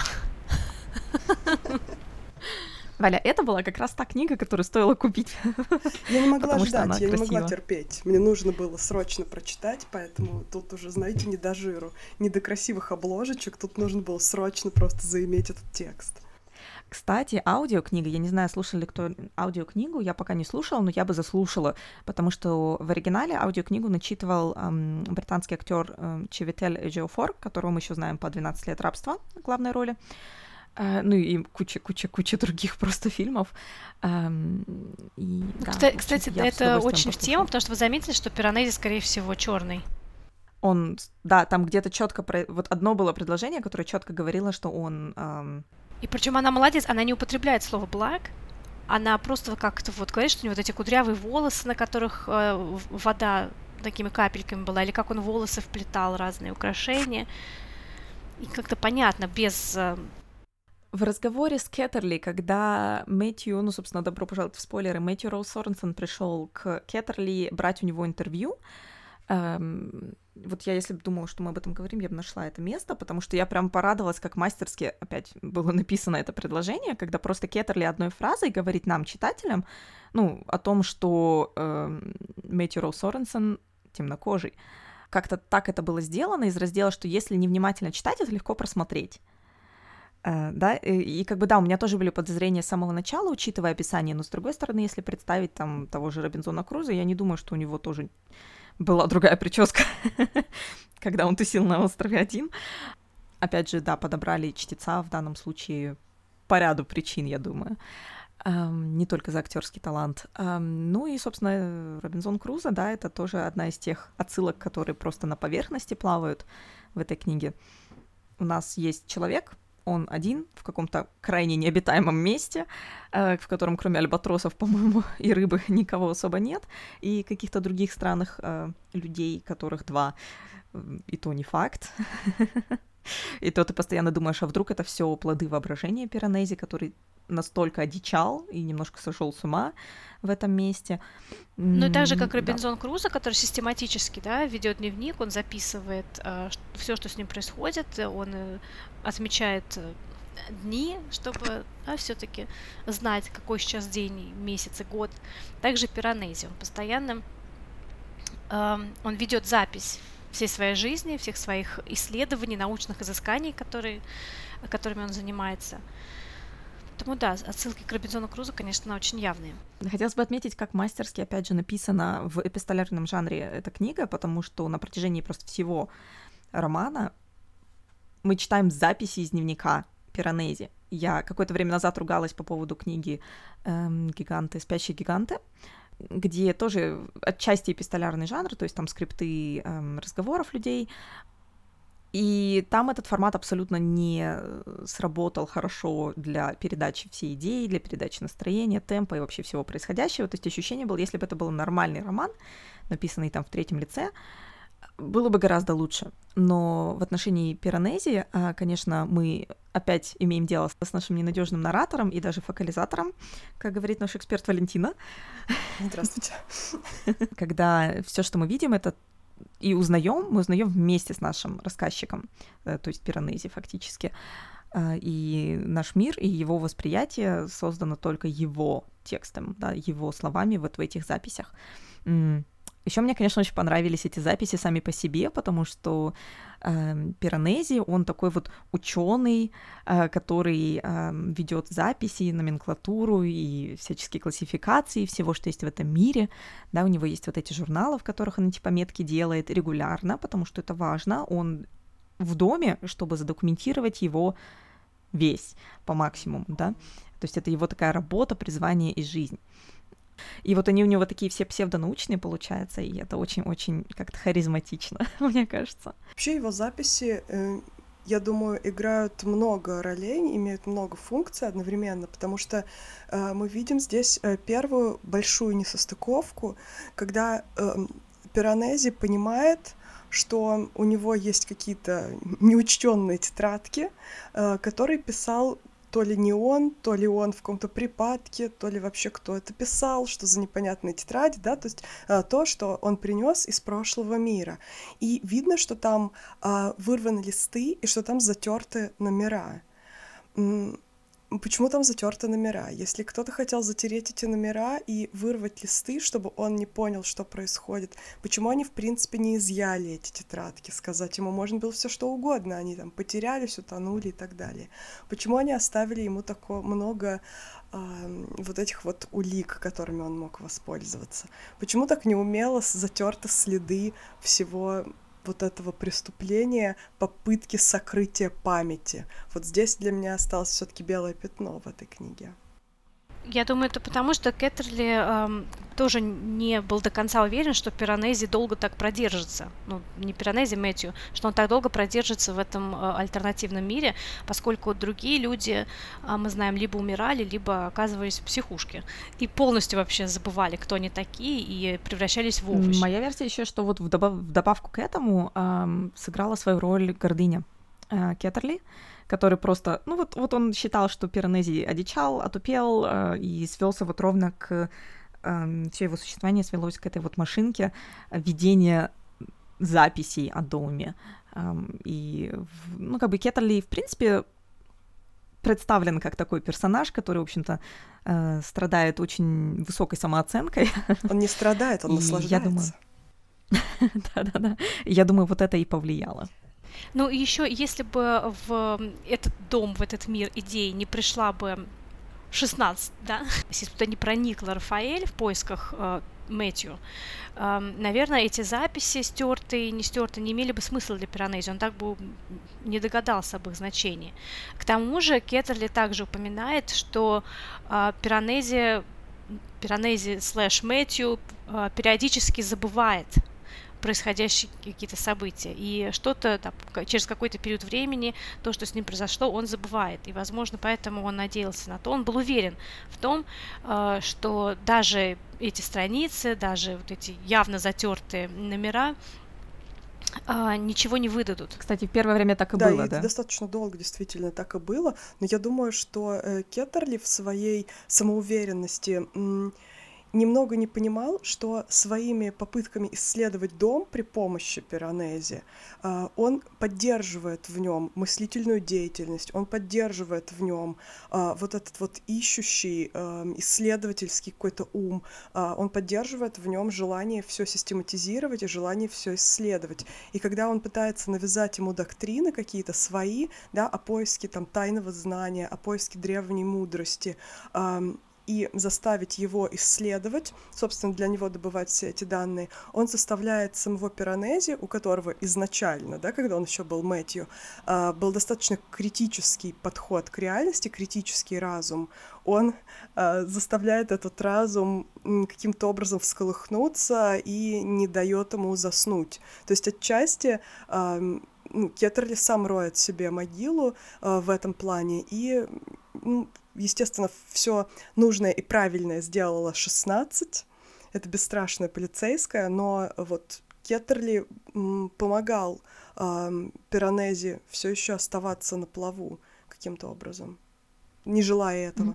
Валя, это была как раз та книга, которую стоило купить. Я не могла Потому что она ждать, я не могла красива. терпеть. Мне нужно было срочно прочитать, поэтому тут уже, знаете, не до жиру, не до красивых обложечек, тут нужно было срочно просто заиметь этот текст. Кстати, аудиокнига, я не знаю, слушали ли кто аудиокнигу, я пока не слушала, но я бы заслушала, потому что в оригинале аудиокнигу начитывал британский актер Чивитель Эджиофор, которого мы еще знаем по «12 лет рабства» в главной роли. Ну и куча других просто фильмов. И, да, Кстати, это очень в тему, потому что вы заметили, что Пиранези, скорее всего, черный. Он, да, там где-то четко... Вот одно было предложение, которое четко говорило, что он... И причем она молодец, она не употребляет слово black, она просто как-то вот говорит, что у него вот эти кудрявые волосы, на которых вода такими капельками была, или как он волосы вплетал, разные украшения. И как-то понятно, без... В разговоре с Кеттерли, когда Мэтью, ну, собственно, добро пожаловать в спойлеры, Мэтью Роуз Соренсон пришел к Кеттерли брать у него интервью. Вот я, если бы думала, что мы об этом говорим, я бы нашла это место, потому что я прям порадовалась, как мастерски опять было написано это предложение, когда просто Кеттерли одной фразой говорит нам, читателям, ну, о том, что Мэтью Роуз Соренсон темнокожий. Как-то так это было сделано из раздела, что если невнимательно читать, это легко просмотреть. Да, и как бы, да, у меня тоже были подозрения с самого начала, учитывая описание, но с другой стороны, если представить там того же Робинзона Крузо, я не думаю, что у него тоже была другая прическа, когда он тусил на острове один. Опять же, да, подобрали чтеца в данном случае по ряду причин, я думаю, не только за актерский талант. Ну и, собственно, Робинзон Крузо, да, это тоже одна из тех отсылок, которые просто на поверхности плавают в этой книге. У нас есть человек, он один в каком-то крайне необитаемом месте, в котором кроме альбатросов, по-моему, и рыбы никого особо нет, и каких-то других странных людей, которых два, и то не факт. И то ты постоянно думаешь, а вдруг это все плоды воображения Пиранези, который настолько одичал и немножко сошел с ума в этом месте. Ну и так же, как Робинзон Крузо, который систематически, да, ведет дневник, он записывает все, что с ним происходит, он отмечает дни, чтобы все-таки знать, какой сейчас день, месяц и год. Также Пиранези, он постоянно он ведет запись всей своей жизни, всех своих исследований, научных изысканий, которыми он занимается. Поэтому да, отсылки к Робинзону Крузо, конечно, очень явные. Хотелось бы отметить, как мастерски, опять же, написана в эпистолярном жанре эта книга, потому что на протяжении просто всего романа мы читаем записи из дневника Пиранези. Я какое-то время назад ругалась по поводу книги «Гиганты, спящие гиганты», где тоже отчасти эпистолярный жанр, то есть там скрипты разговоров людей. И там этот формат абсолютно не сработал хорошо для передачи всей идеи, для передачи настроения, темпа и вообще всего происходящего. То есть ощущение было, если бы это был нормальный роман, написанный там в третьем лице, было бы гораздо лучше. Но в отношении Пиранези, конечно, мы опять имеем дело с нашим ненадежным наратором и даже фокализатором, как говорит наш эксперт Валентина. Здравствуйте. Когда все, что мы видим, это и мы узнаем вместе с нашим рассказчиком, то есть Пиранези фактически. И наш мир, и его восприятие создано только его текстом, да, его словами вот в этих записях. Еще мне, конечно, очень понравились эти записи сами по себе, потому что Пиранези, он такой вот ученый, который ведет записи, номенклатуру и всяческие классификации всего, что есть в этом мире. Да, у него есть вот эти журналы, в которых он эти пометки делает регулярно, потому что это важно. Он в доме, чтобы задокументировать его весь по максимуму, да. То есть это его такая работа, призвание и жизнь. И вот они у него такие все псевдонаучные, получается, и это очень-очень как-то харизматично, мне кажется. Вообще его записи, я думаю, играют много ролей, имеют много функций одновременно, потому что мы видим здесь первую большую несостыковку, когда Пиранези понимает, что у него есть какие-то неучтенные тетрадки, которые писал то ли не он, то ли он в каком-то припадке, то ли вообще кто это писал, что за непонятные тетради, да, то есть то, что он принес из прошлого мира. И видно, что там вырваны листы и что там затерты номера. Почему там затерты номера? Если кто-то хотел затереть эти номера и вырвать листы, чтобы он не понял, что происходит, почему они, в принципе, не изъяли эти тетрадки? Сказать ему можно было все что угодно, они там потерялись, утонули и так далее. Почему они оставили ему такое много вот этих вот улик, которыми он мог воспользоваться? Почему так неумело затерты следы всего вот этого преступления, попытки сокрытия памяти? Вот здесь для меня осталось все-таки белое пятно в этой книге. Я думаю, это потому, что Кеттерли тоже не был до конца уверен, что Пиранези долго так продержится. Ну, не Пиранези, Мэтью, что он так долго продержится в этом альтернативном мире, поскольку другие люди, мы знаем, либо умирали, либо оказывались в психушке. И полностью вообще забывали, кто они такие, и превращались в овощи. Моя версия еще, что вот в добавку к этому сыграла свою роль гордыня Кеттерли, который просто, ну вот он считал, что Пиранези одичал, отупел и свелся вот ровно к все его существование свелось к этой вот машинке ведения записей о доме. И, ну, как бы Кеттерли, в принципе, представлен как такой персонаж, который, в общем-то, страдает очень высокой самооценкой. Он не страдает, он наслаждается. Да-да-да. Я думаю, вот это и повлияло. Ну, еще, если бы в этот дом, в этот мир идей не пришла бы 16, да, если бы туда не проникла Рафаэль в поисках Мэтью, наверное, эти записи, стертые, не стертые, не имели бы смысла для Пиранези, он так бы не догадался об их значении. К тому же Кеттерли также упоминает, что Пиранези / Мэтью периодически забывает происходящие какие-то события, и что-то там, через какой-то период времени, то, что с ним произошло, он забывает, и, возможно, поэтому он надеялся на то, он был уверен в том, что даже эти страницы, даже вот эти явно затертые номера ничего не выдадут. Кстати, в первое время так и было, да? Да, достаточно долго действительно так и было, но я думаю, что Кеттерли в своей самоуверенности немного не понимал, что своими попытками исследовать дом при помощи Пиранези он поддерживает в нем мыслительную деятельность, он поддерживает в нем вот этот вот ищущий исследовательский какой-то ум, он поддерживает в нем желание все систематизировать и желание все исследовать. И когда он пытается навязать ему доктрины какие-то свои, да, о поиске там тайного знания, о поиске древней мудрости, и заставить его исследовать, собственно, для него добывать все эти данные, он заставляет самого Пиранези, у которого изначально, да, когда он еще был Мэтью, был достаточно критический подход к реальности, критический разум, он заставляет этот разум каким-то образом всколыхнуться и не дает ему заснуть. То есть отчасти Кеттерли сам роет себе могилу в этом плане, и, естественно, все нужное и правильное сделала 16. Это бесстрашная полицейская, но вот Кеттерли помогал Пиранези все еще оставаться на плаву каким-то образом, не желая этого.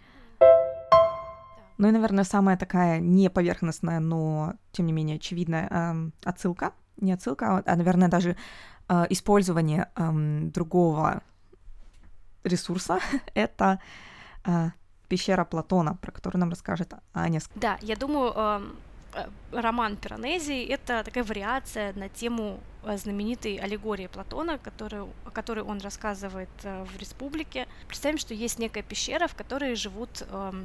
Ну и, наверное, самая такая не поверхностная, но, тем не менее, очевидная отсылка, не отсылка, а, наверное, даже использование другого ресурса — это пещера Платона, про которую нам расскажет Аня. Да, я думаю, роман Пиранези — это такая вариация на тему знаменитой аллегории Платона, о которой он рассказывает в «Республике». Представим, что есть некая пещера, в которой живут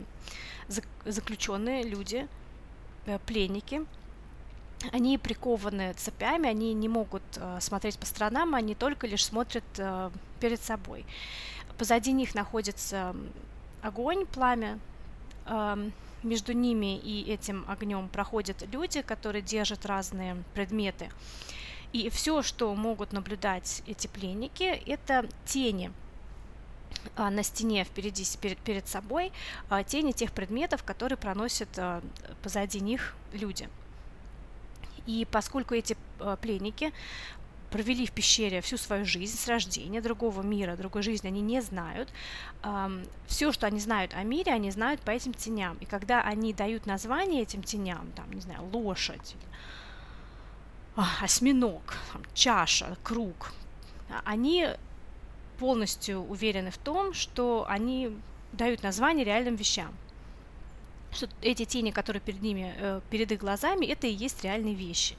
заключенные люди, пленники. Они прикованы цепями, они не могут смотреть по сторонам, они только лишь смотрят перед собой. Позади них находится огонь, пламя. Между ними и этим огнем проходят люди, которые держат разные предметы. И все, что могут наблюдать эти пленники, это тени на стене впереди, перед собой, тени тех предметов, которые проносят позади них люди. И поскольку эти пленники провели в пещере всю свою жизнь с рождения, другого мира, другой жизни они не знают, все, что они знают о мире, они знают по этим теням. И когда они дают название этим теням, там, не знаю, лошадь, осьминог, там, чаша, круг, они полностью уверены в том, что они дают название реальным вещам. Что эти тени, которые перед ними, перед их глазами, это и есть реальные вещи.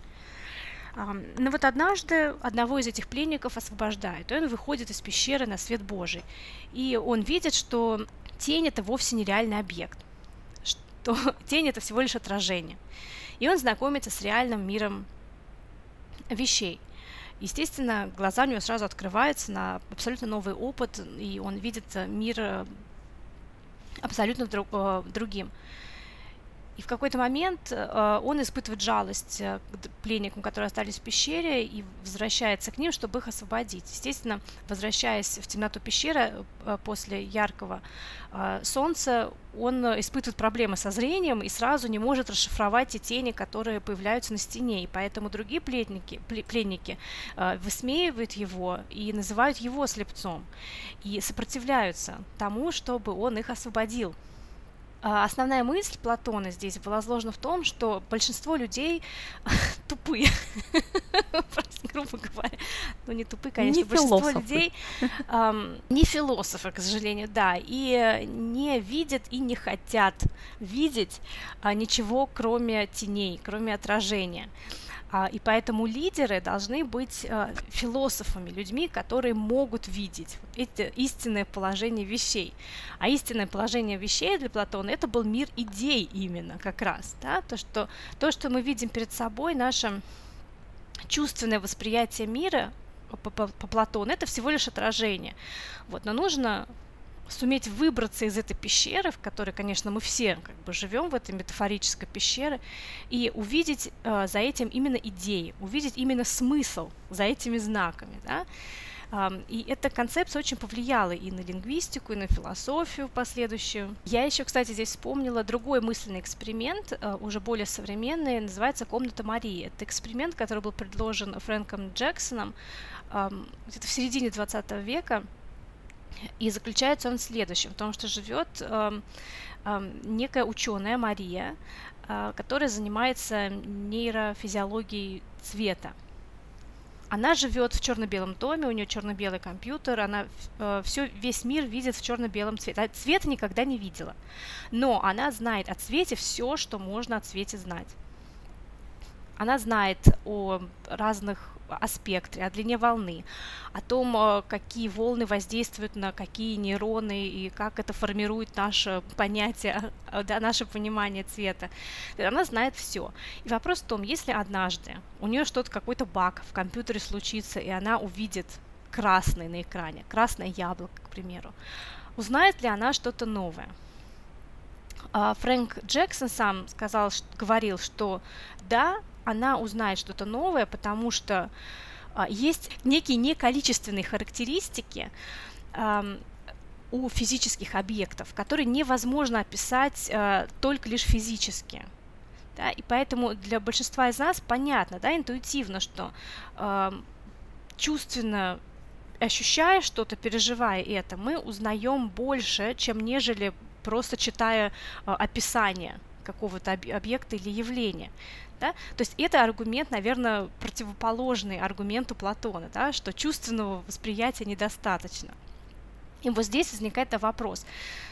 Но вот однажды одного из этих пленников освобождают, и он выходит из пещеры на свет Божий. И он видит, что тень — это вовсе не реальный объект, что тень — это всего лишь отражение. И он знакомится с реальным миром вещей. Естественно, глаза у него сразу открываются на абсолютно новый опыт, и он видит мир абсолютно другим. И в какой-то момент он испытывает жалость к пленникам, которые остались в пещере, и возвращается к ним, чтобы их освободить. Естественно, возвращаясь в темноту пещеры после яркого солнца, он испытывает проблемы со зрением и сразу не может расшифровать те тени, которые появляются на стене. И поэтому другие пленники высмеивают его и называют его слепцом, и сопротивляются тому, чтобы он их освободил. Основная мысль Платона здесь была заложена в том, что большинство людей тупые, грубо говоря, ну не тупые, конечно, не большинство философы. людей не философы, к сожалению, да, и не видят и не хотят видеть ничего, кроме теней, кроме отражения. И поэтому лидеры должны быть философами, людьми, которые могут видеть это истинное положение вещей. А истинное положение вещей для Платона — это был мир идей именно как раз. Да? То, что мы видим перед собой, наше чувственное восприятие мира по Платону — это всего лишь отражение. Вот, но нужно суметь выбраться из этой пещеры, в которой, конечно, мы все как бы живем в этой метафорической пещере, и увидеть за этим именно идеи, увидеть именно смысл за этими знаками. Да? И эта концепция очень повлияла и на лингвистику, и на философию последующую. Я еще, кстати, здесь вспомнила другой мысленный эксперимент, уже более современный, называется «Комната Марии». Это эксперимент, который был предложен Фрэнком Джексоном где-то в середине 20 века. И заключается он в следующем, в том, что живет некая ученая Мария, которая занимается нейрофизиологией цвета. Она живет в черно-белом доме, у нее черно-белый компьютер, она весь мир видит в черно-белом цвете. Цвета никогда не видела, но она знает о цвете все, что можно о цвете знать. Она знает о разных о спектре, о длине волны, о том, какие волны воздействуют на какие нейроны и как это формирует наше понятие, да, наше понимание цвета. Она знает все. И вопрос в том, если однажды у нее что-то, какой-то баг в компьютере случится, и она увидит красный на экране, красное яблоко, к примеру, узнает ли она что-то новое? Фрэнк Джексон сам говорил, что да, она узнает что-то новое, потому что есть некие неколичественные характеристики у физических объектов, которые невозможно описать только лишь физически. Да, и поэтому для большинства из нас понятно, да, интуитивно, что чувственно ощущая что-то, переживая это, мы узнаем больше, чем нежели просто читая описание какого-то объекта или явления. Да? То есть это аргумент, наверное, противоположный аргументу Платона, да, что чувственного восприятия недостаточно. И вот здесь возникает вопрос,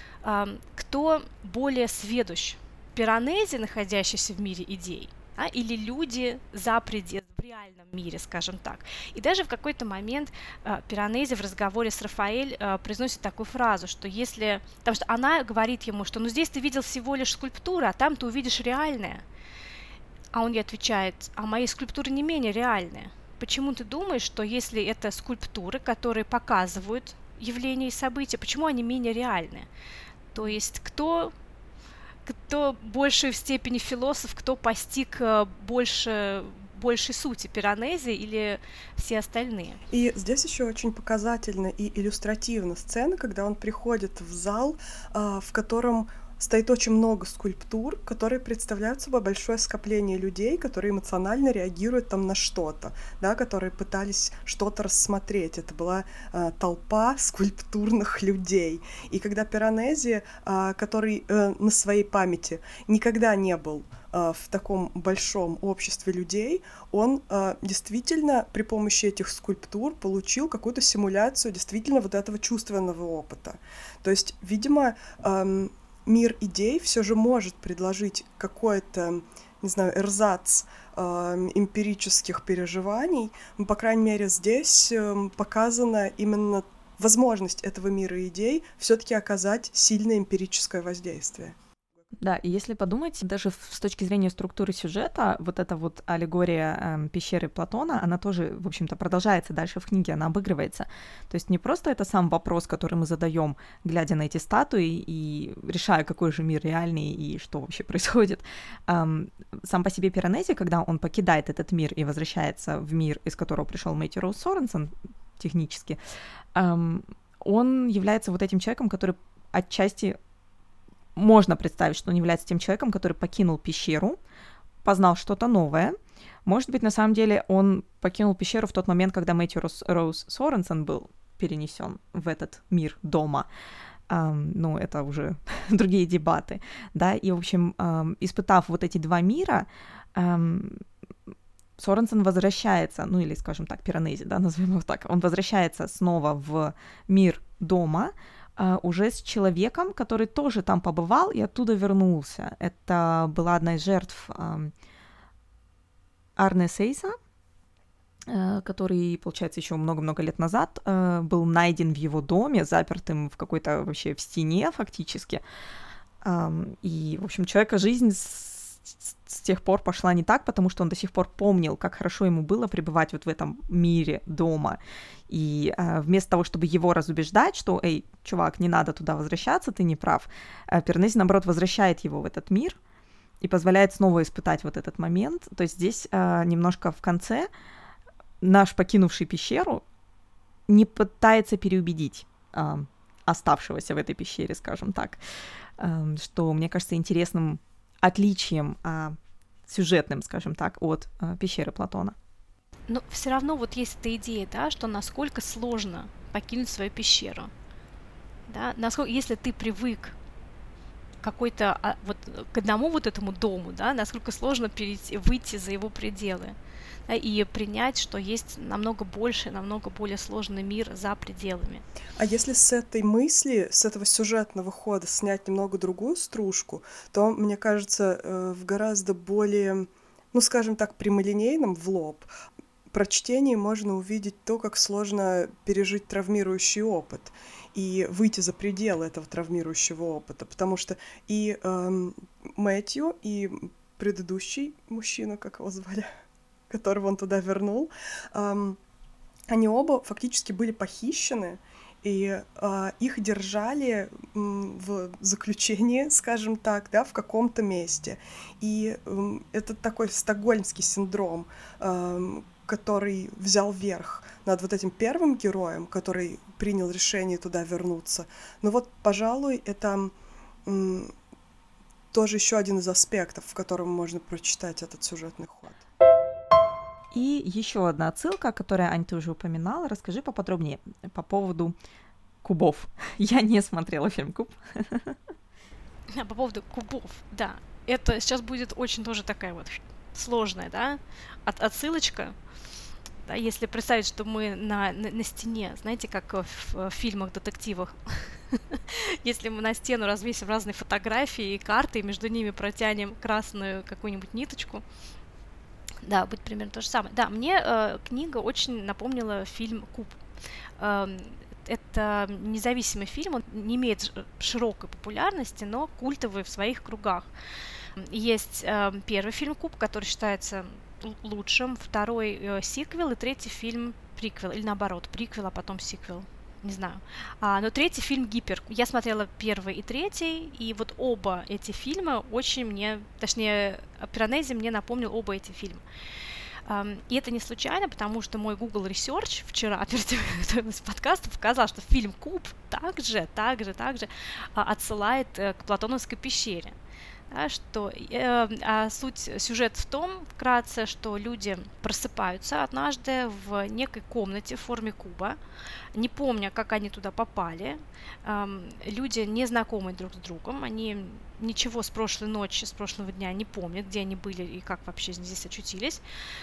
кто более сведущ? Пиранези, находящиеся в мире идей, или люди в реальном мире, скажем так. И даже в какой-то момент Пиранези в разговоре с Рафаэль произносит такую фразу, что если... Потому что она говорит ему, что здесь ты видел всего лишь скульптуру, а там ты увидишь реальное. А он ей отвечает, а мои скульптуры не менее реальные. Почему ты думаешь, что если это скульптуры, которые показывают явления и события, почему они менее реальны? То есть кто больше в степени философ, кто постиг большей сути, Пиранези или все остальные. И здесь еще очень показательно и иллюстративно сцена, когда он приходит в зал, в котором стоит очень много скульптур, которые представляют собой большое скопление людей, которые эмоционально реагируют там на что-то, да, которые пытались что-то рассмотреть. Это была толпа скульптурных людей. И когда Пиранези, который на своей памяти никогда не был в таком большом обществе людей, он действительно при помощи этих скульптур получил какую-то симуляцию действительно вот этого чувственного опыта. То есть, видимо, мир идей все же может предложить какой-то, не знаю, эрзац эмпирических переживаний. По крайней мере, здесь показана именно возможность этого мира идей все-таки оказать сильное эмпирическое воздействие. Да, и если подумать, даже с точки зрения структуры сюжета, вот эта вот аллегория пещеры Платона, она тоже, в общем-то, продолжается дальше в книге, она обыгрывается. То есть не просто это сам вопрос, который мы задаем, глядя на эти статуи и решая, какой же мир реальный и что вообще происходит. Сам по себе Пиранези, когда он покидает этот мир и возвращается в мир, из которого пришел Мэтью Роуз Соренсон, технически, он является вот этим человеком, который отчасти... Можно представить, что он является тем человеком, который покинул пещеру, познал что-то новое. Может быть, на самом деле он покинул пещеру в тот момент, когда Мэтью Роуз Соренсон был перенесен в этот мир дома. Ну, это уже другие дебаты, да, и, в общем, испытав вот эти два мира, Соренсон возвращается, ну, или, скажем так, Пиранези, да, назовем его так, он возвращается снова в мир дома, уже с человеком, который тоже там побывал и оттуда вернулся. Это была одна из жертв Арне Сейса, который, получается, еще много-много лет назад был найден в его доме, запертым в какой-то вообще в стене фактически. И, в общем, человека жизнь с тех пор пошла не так, потому что он до сих пор помнил, как хорошо ему было пребывать вот в этом мире дома. И вместо того, чтобы его разубеждать, что, эй, чувак, не надо туда возвращаться, ты не прав, Пиранези, наоборот, возвращает его в этот мир и позволяет снова испытать вот этот момент. То есть здесь немножко в конце наш покинувший пещеру не пытается переубедить оставшегося в этой пещере, скажем так, что, мне кажется, интересным отличием сюжетным, скажем так, от пещеры Платона. Но все равно вот есть эта идея, да, что насколько сложно покинуть свою пещеру. Да? Насколько, если ты привык к одному вот этому дому, да, насколько сложно выйти за его пределы, да, и принять, что есть намного больше, намного более сложный мир за пределами. А если с этой мысли, с этого сюжетного хода снять немного другую стружку, то, мне кажется, в гораздо более, ну, скажем так, прямолинейном, в лоб, прочтении можно увидеть то, как сложно пережить травмирующий опыт и выйти за пределы этого травмирующего опыта, потому что и Мэтью, и предыдущий мужчина, как его звали, которого он туда вернул, они оба фактически были похищены, и их держали в заключении, скажем так, да, в каком-то месте. И это такой стокгольмский синдром, который взял верх над вот этим первым героем, который принял решение туда вернуться. Но вот, пожалуй, это тоже еще один из аспектов, в котором можно прочитать этот сюжетный ход. И еще одна отсылка, которую, Ань, ты уже упоминала. Расскажи поподробнее по поводу кубов. Я не смотрела фильм «Куб». По поводу кубов, да. Это сейчас будет очень тоже такая вот сложная, да, отсылочка. Да, если представить, что мы на стене, знаете, как в фильмах, детективах, если мы на стену развесим разные фотографии и карты, и между ними протянем красную какую-нибудь ниточку, да, будет примерно то же самое. Да, мне книга очень напомнила фильм «Куб». Это независимый фильм, он не имеет широкой популярности, но культовый в своих кругах. Есть первый фильм «Куб», который считается лучшим, второй сиквел и третий фильм приквел, или наоборот, приквел, а потом сиквел. Не знаю. Но третий фильм «Гипер». Я смотрела первый и третий, и вот оба эти фильма очень мне, точнее, Пиранези мне напомнил оба эти фильма. И это не случайно, потому что мой Google Research вчера перед подкастом показал, что фильм «Куб» также отсылает к Платоновской пещере. Да, что сюжет в том, вкратце, что люди просыпаются однажды в некой комнате в форме куба, не помня, как они туда попали. Люди не знакомы друг с другом, они ничего с прошлой ночи, с прошлого дня не помнят, где они были и как вообще здесь очутились.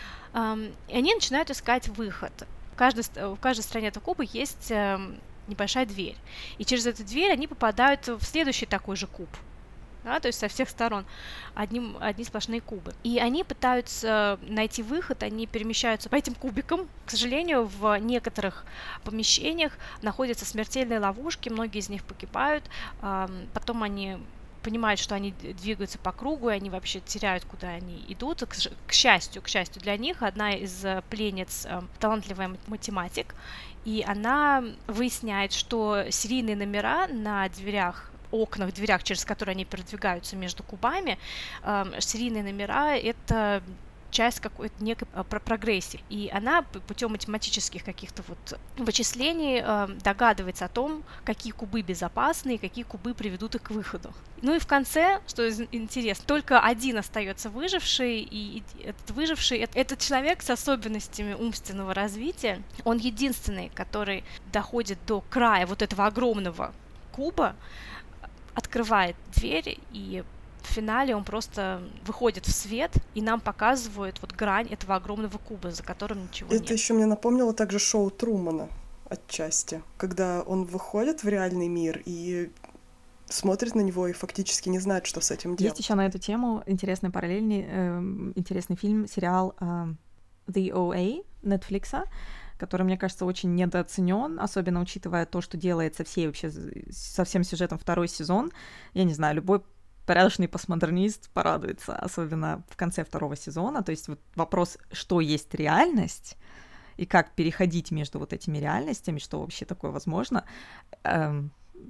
И они начинают искать выход. В каждой стороне этого куба есть небольшая дверь, и через эту дверь они попадают в следующий такой же куб. Да, то есть со всех сторон одни сплошные кубы. И они пытаются найти выход, они перемещаются по этим кубикам. К сожалению, в некоторых помещениях находятся смертельные ловушки, многие из них погибают. Потом они понимают, что они двигаются по кругу, и они вообще теряют, куда они идут. К счастью для них, одна из пленниц талантливая математик, и она выясняет, что серийные номера на окнах, дверях, через которые они передвигаются между кубами, серийные номера — это часть какой-то некой прогрессии. И она путем математических каких-то вот вычислений догадывается о том, какие кубы безопасны и какие кубы приведут их к выходу. Ну и в конце, что интересно, только один остается выживший, и этот выживший — это человек с особенностями умственного развития. Он единственный, который доходит до края вот этого огромного куба, открывает дверь, и в финале он просто выходит в свет, и нам показывают вот грань этого огромного куба, за которым ничего нет. Это еще мне напомнило также шоу Трумана отчасти, когда он выходит в реальный мир и смотрит на него и фактически не знает, что с этим делать. Есть еще на эту тему интересный интересный фильм, сериал The OA Netflix, который, мне кажется, очень недооценен, особенно учитывая то, что делает со всем сюжетом второй сезон. Я не знаю, любой порядочный постмодернист порадуется, особенно в конце второго сезона. То есть вот вопрос, что есть реальность, и как переходить между вот этими реальностями, что вообще такое возможно. То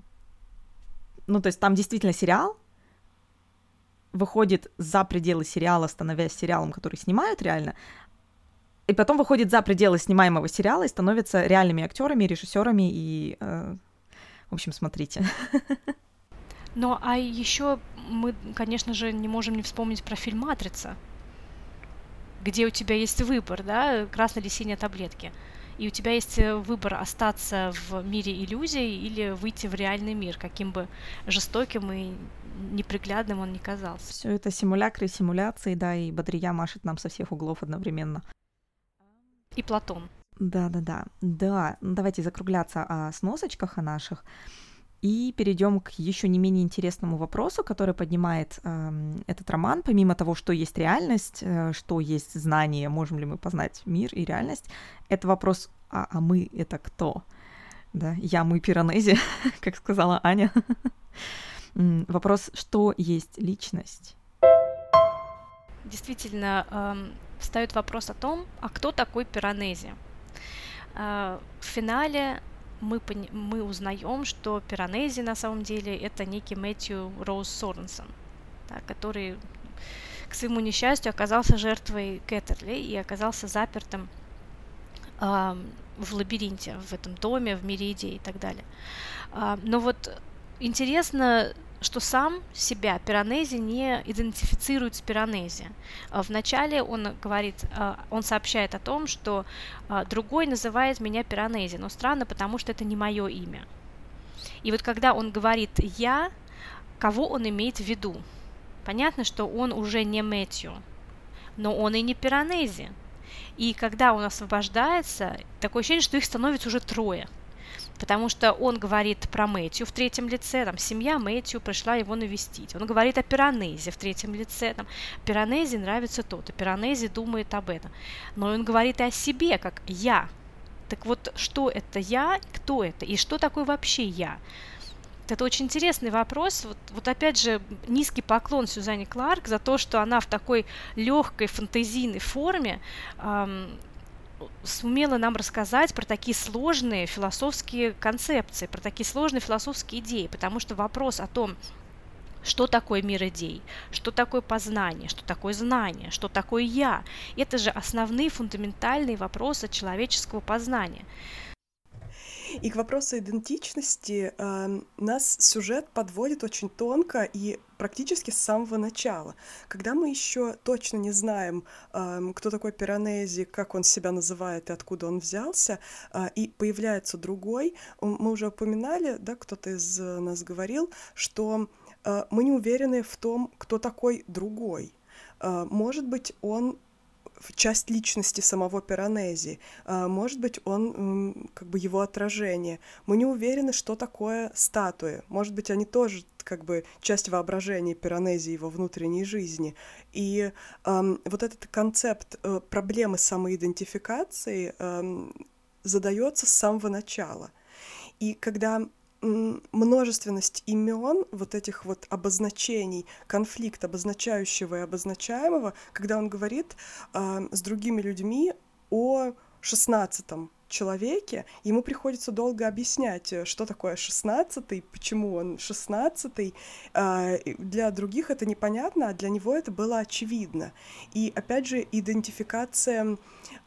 есть там действительно сериал выходит за пределы сериала, становясь сериалом, который снимают реально, и потом выходит за пределы снимаемого сериала и становится реальными актерами, режиссерами и, в общем, смотрите. Ну, а еще мы, конечно же, не можем не вспомнить про фильм «Матрица», где у тебя есть выбор, да, красной или синей таблетки. И у тебя есть выбор остаться в мире иллюзий или выйти в реальный мир, каким бы жестоким и неприглядным он ни казался. Все это симулякры, симуляции, да, и Бодрия машет нам со всех углов одновременно. И Платон. Да, давайте закругляться о сносочках о наших. И перейдем к еще не менее интересному вопросу, который поднимает этот роман. Помимо того, что есть реальность, что есть знание, можем ли мы познать мир и реальность, это вопрос, а мы это кто? Да? Я, мы, Пиранези, как сказала Аня. Вопрос, что есть личность? Действительно, встает вопрос о том, а кто такой Пиранези? В финале мы узнаем, что Пиранези на самом деле это некий Мэтью Роуз Соренсон, да, который, к своему несчастью, оказался жертвой Кеттерли и оказался запертым в лабиринте, в этом доме, в мире идей и так далее. Но вот интересно, что сам себя Пиранези не идентифицирует с Пиранези. Вначале он говорит, он сообщает о том, что другой называет меня Пиранези, но странно, потому что это не мое имя. И вот когда он говорит «я», кого он имеет в виду? Понятно, что он уже не Мэтью, но он и не Пиранези. И когда он освобождается, такое ощущение, что их становится уже трое. Потому что он говорит про Мэтью в третьем лице, там, семья Мэтью пришла его навестить. Он говорит о Пиранези в третьем лице, там, Пиранези нравится то-то, Пиранези думает об этом. Но он говорит и о себе, как «я». Так вот, что это «я», кто это, и что такое вообще «я»? Это очень интересный вопрос. Вот опять же, низкий поклон Сюзанне Кларк за то, что она в такой легкой фантазийной форме сумела нам рассказать про такие сложные философские концепции, про такие сложные философские идеи, потому что вопрос о том, что такое мир идей, что такое познание, что такое знание, что такое «я», это же основные фундаментальные вопросы человеческого познания. И к вопросу идентичности нас сюжет подводит очень тонко и практически с самого начала. Когда мы еще точно не знаем, кто такой Пиранези, как он себя называет и откуда он взялся, и появляется другой, мы уже упоминали, да, кто-то из нас говорил, что мы не уверены в том, кто такой другой. Может быть, он часть личности самого Пиранези, может быть, он как бы его отражение. Мы не уверены, что такое статуи. Может быть, они тоже как бы часть воображения Пиранези, его внутренней жизни. И вот этот концепт проблемы самоидентификации задается с самого начала. И когда множественность имен, вот этих вот обозначений, конфликт обозначающего и обозначаемого, когда он говорит с другими людьми о 16-м человеке, ему приходится долго объяснять, что такое 16-й, почему он 16-й. Для других это непонятно, а для него это было очевидно. И опять же, идентификация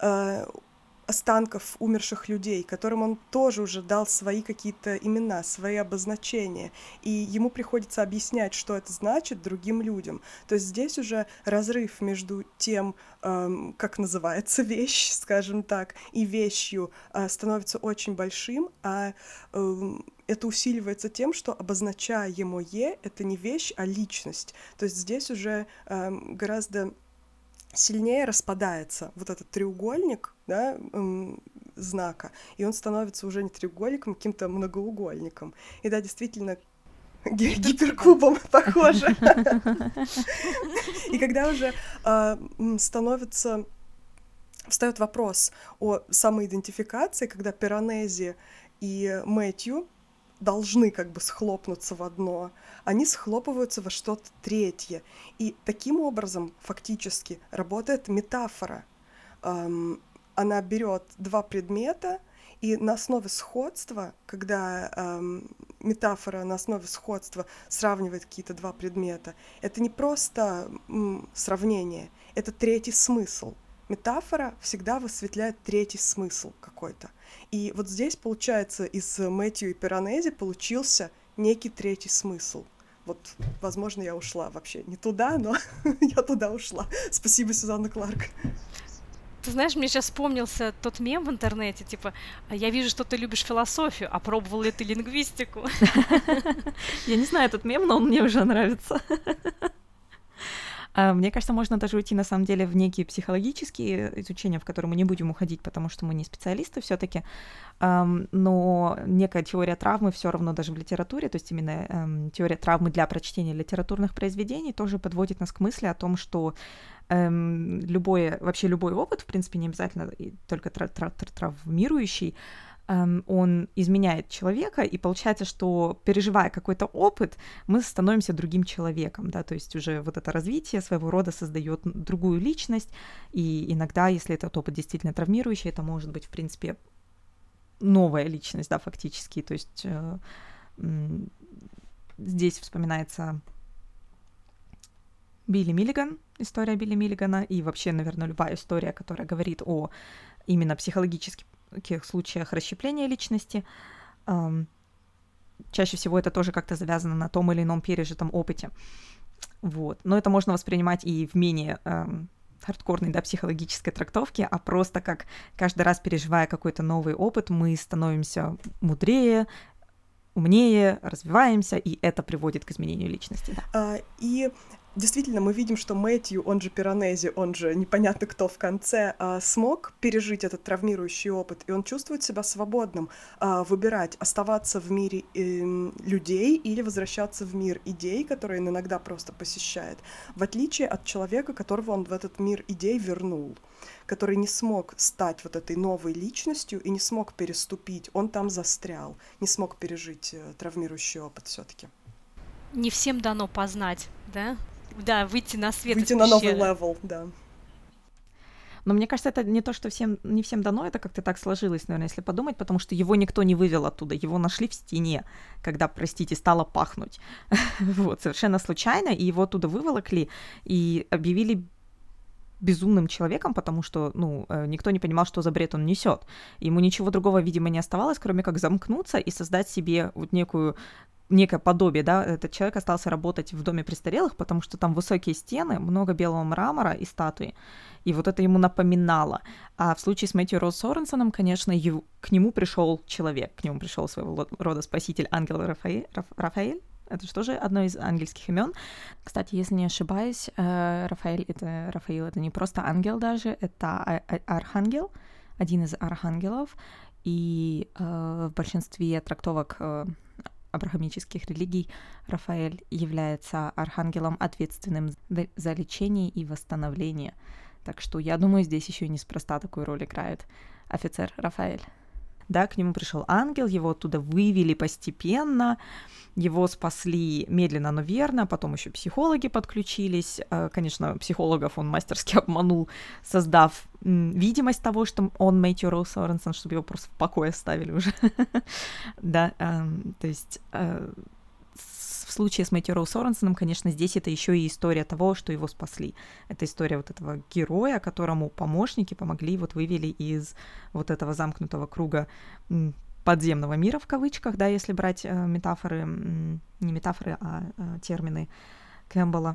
останков умерших людей, которым он тоже уже дал свои какие-то имена, свои обозначения, и ему приходится объяснять, что это значит другим людям. То есть здесь уже разрыв между тем, как называется вещь, скажем так, и вещью становится очень большим, а это усиливается тем, что обозначаемое — это не вещь, а личность. То есть здесь уже гораздо сильнее распадается вот этот треугольник, да, знака, и он становится уже не треугольником, а каким-то многоугольником. И да, действительно, гиперкубом похоже. И когда уже встает вопрос о самоидентификации, когда Пиранези и Мэтью должны как бы схлопнуться в одно, они схлопываются во что-то третье. И таким образом фактически работает метафора. Она берет два предмета, и на основе сходства, когда метафора на основе сходства сравнивает какие-то два предмета, это не просто сравнение, это третий смысл. Метафора всегда высветляет третий смысл какой-то. И вот здесь, получается, из Мэтью и Пиранези получился некий третий смысл. Вот, возможно, я ушла вообще не туда, но я туда ушла. Спасибо, Сюзанна Кларк. Ты знаешь, мне сейчас вспомнился тот мем в интернете, типа, я вижу, что ты любишь философию, а пробовал ли ты лингвистику? Я не знаю этот мем, но он мне уже нравится. Мне кажется, можно даже уйти, на самом деле, в некие психологические изучения, в которые мы не будем уходить, потому что мы не специалисты все-таки, но некая теория травмы все равно даже в литературе, то есть именно теория травмы для прочтения литературных произведений тоже подводит нас к мысли о том, что вообще любой опыт, в принципе, не обязательно только травмирующий, он изменяет человека, и получается, что, переживая какой-то опыт, мы становимся другим человеком, да, то есть уже вот это развитие своего рода создает другую личность, и иногда, если этот опыт действительно травмирующий, это может быть, в принципе, новая личность, да, фактически, то есть здесь вспоминается Билли Миллиган, история Билли Миллигана, и вообще, наверное, любая история, которая говорит о именно психологических случаях расщепления личности. Чаще всего это тоже как-то завязано на том или ином пережитом опыте. Вот. Но это можно воспринимать и в менее хардкорной, да, психологической трактовке, а просто как каждый раз, переживая какой-то новый опыт, мы становимся мудрее, умнее, развиваемся, и это приводит к изменению личности. Да. И действительно, мы видим, что Мэтью, он же Пиранези, он же непонятно кто в конце, смог пережить этот травмирующий опыт, и он чувствует себя свободным выбирать, оставаться в мире людей или возвращаться в мир идей, которые он иногда просто посещает, в отличие от человека, которого он в этот мир идей вернул, который не смог стать вот этой новой личностью и не смог переступить, он там застрял, не смог пережить травмирующий опыт все-таки. Не всем дано познать, да? Да, выйти на свет. Выйти на новый левел, да. Но мне кажется, это не то, что не всем дано, это как-то так сложилось, наверное, если подумать, потому что его никто не вывел оттуда, его нашли в стене, когда, простите, стало пахнуть. Вот, совершенно случайно, и его оттуда выволокли и объявили безумным человеком, потому что, никто не понимал, что за бред он несет. Ему ничего другого, видимо, не оставалось, кроме как замкнуться и создать себе вот некое подобие, да, этот человек остался работать в доме престарелых, потому что там высокие стены, много белого мрамора и статуи, и вот это ему напоминало. А в случае с Мэтью Роуз Соренсоном, конечно, к нему пришел человек, к нему пришел своего рода спаситель, ангел Рафаэль. Это же тоже одно из ангельских имен. Кстати, если не ошибаюсь, Рафаэль это не просто ангел даже, это архангел, один из архангелов, и в большинстве трактовок абрахамических религий Рафаэль является архангелом, ответственным за лечение и восстановление. Так что я думаю, здесь еще и неспроста такую роль играет офицер Рафаэль. Да, к нему пришел ангел, его оттуда вывели постепенно, его спасли медленно, но верно, потом еще психологи подключились. Конечно, психологов он мастерски обманул, создав видимость того, что он Мэтью Роуз Соренсон, чтобы его просто в покое оставили уже. Да, то есть в случае с Мэтью Роуз Соренсоном, конечно, здесь это еще и история того, что его спасли. Это история вот этого героя, которому помощники помогли, вывели из вот этого замкнутого круга подземного мира, в кавычках, да, если брать метафоры, не метафоры, а термины Кэмпбелла.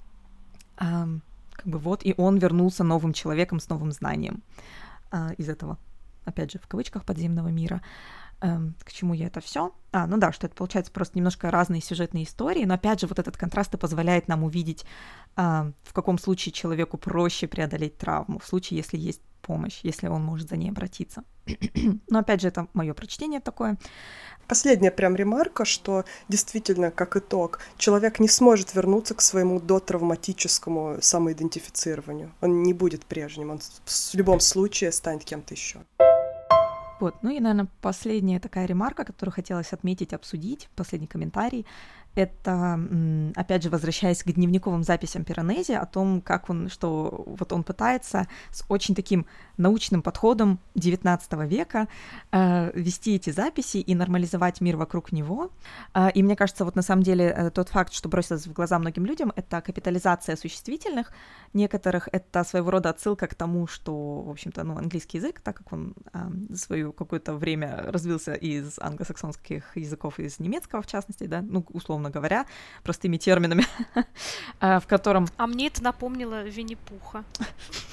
И он вернулся новым человеком с новым знанием из этого, опять же, в кавычках, подземного мира. К чему я это все? Что это получается просто немножко разные сюжетные истории, но опять же вот этот контраст и позволяет нам увидеть, в каком случае человеку проще преодолеть травму, в случае, если есть помощь, если он может за ней обратиться. Но опять же, это мое прочтение такое. Последняя прям ремарка, что действительно, как итог, человек не сможет вернуться к своему дотравматическому самоидентифицированию. Он не будет прежним, он в любом случае станет кем-то еще. Вот, и, наверное, последняя такая ремарка, которую хотелось отметить, обсудить, последний комментарий, это, опять же, возвращаясь к дневниковым записям Пиранези о том, как он пытается с очень таким научным подходом XIX века вести эти записи и нормализовать мир вокруг него. И мне кажется, на самом деле тот факт, что бросилось в глаза многим людям, это капитализация существительных некоторых, это своего рода отсылка к тому, что, в общем-то, английский язык, так как он свое какое-то время развился из англосаксонских языков, из немецкого, в частности, да, условно говоря, простыми терминами, в котором... А мне это напомнило Винни-Пуха.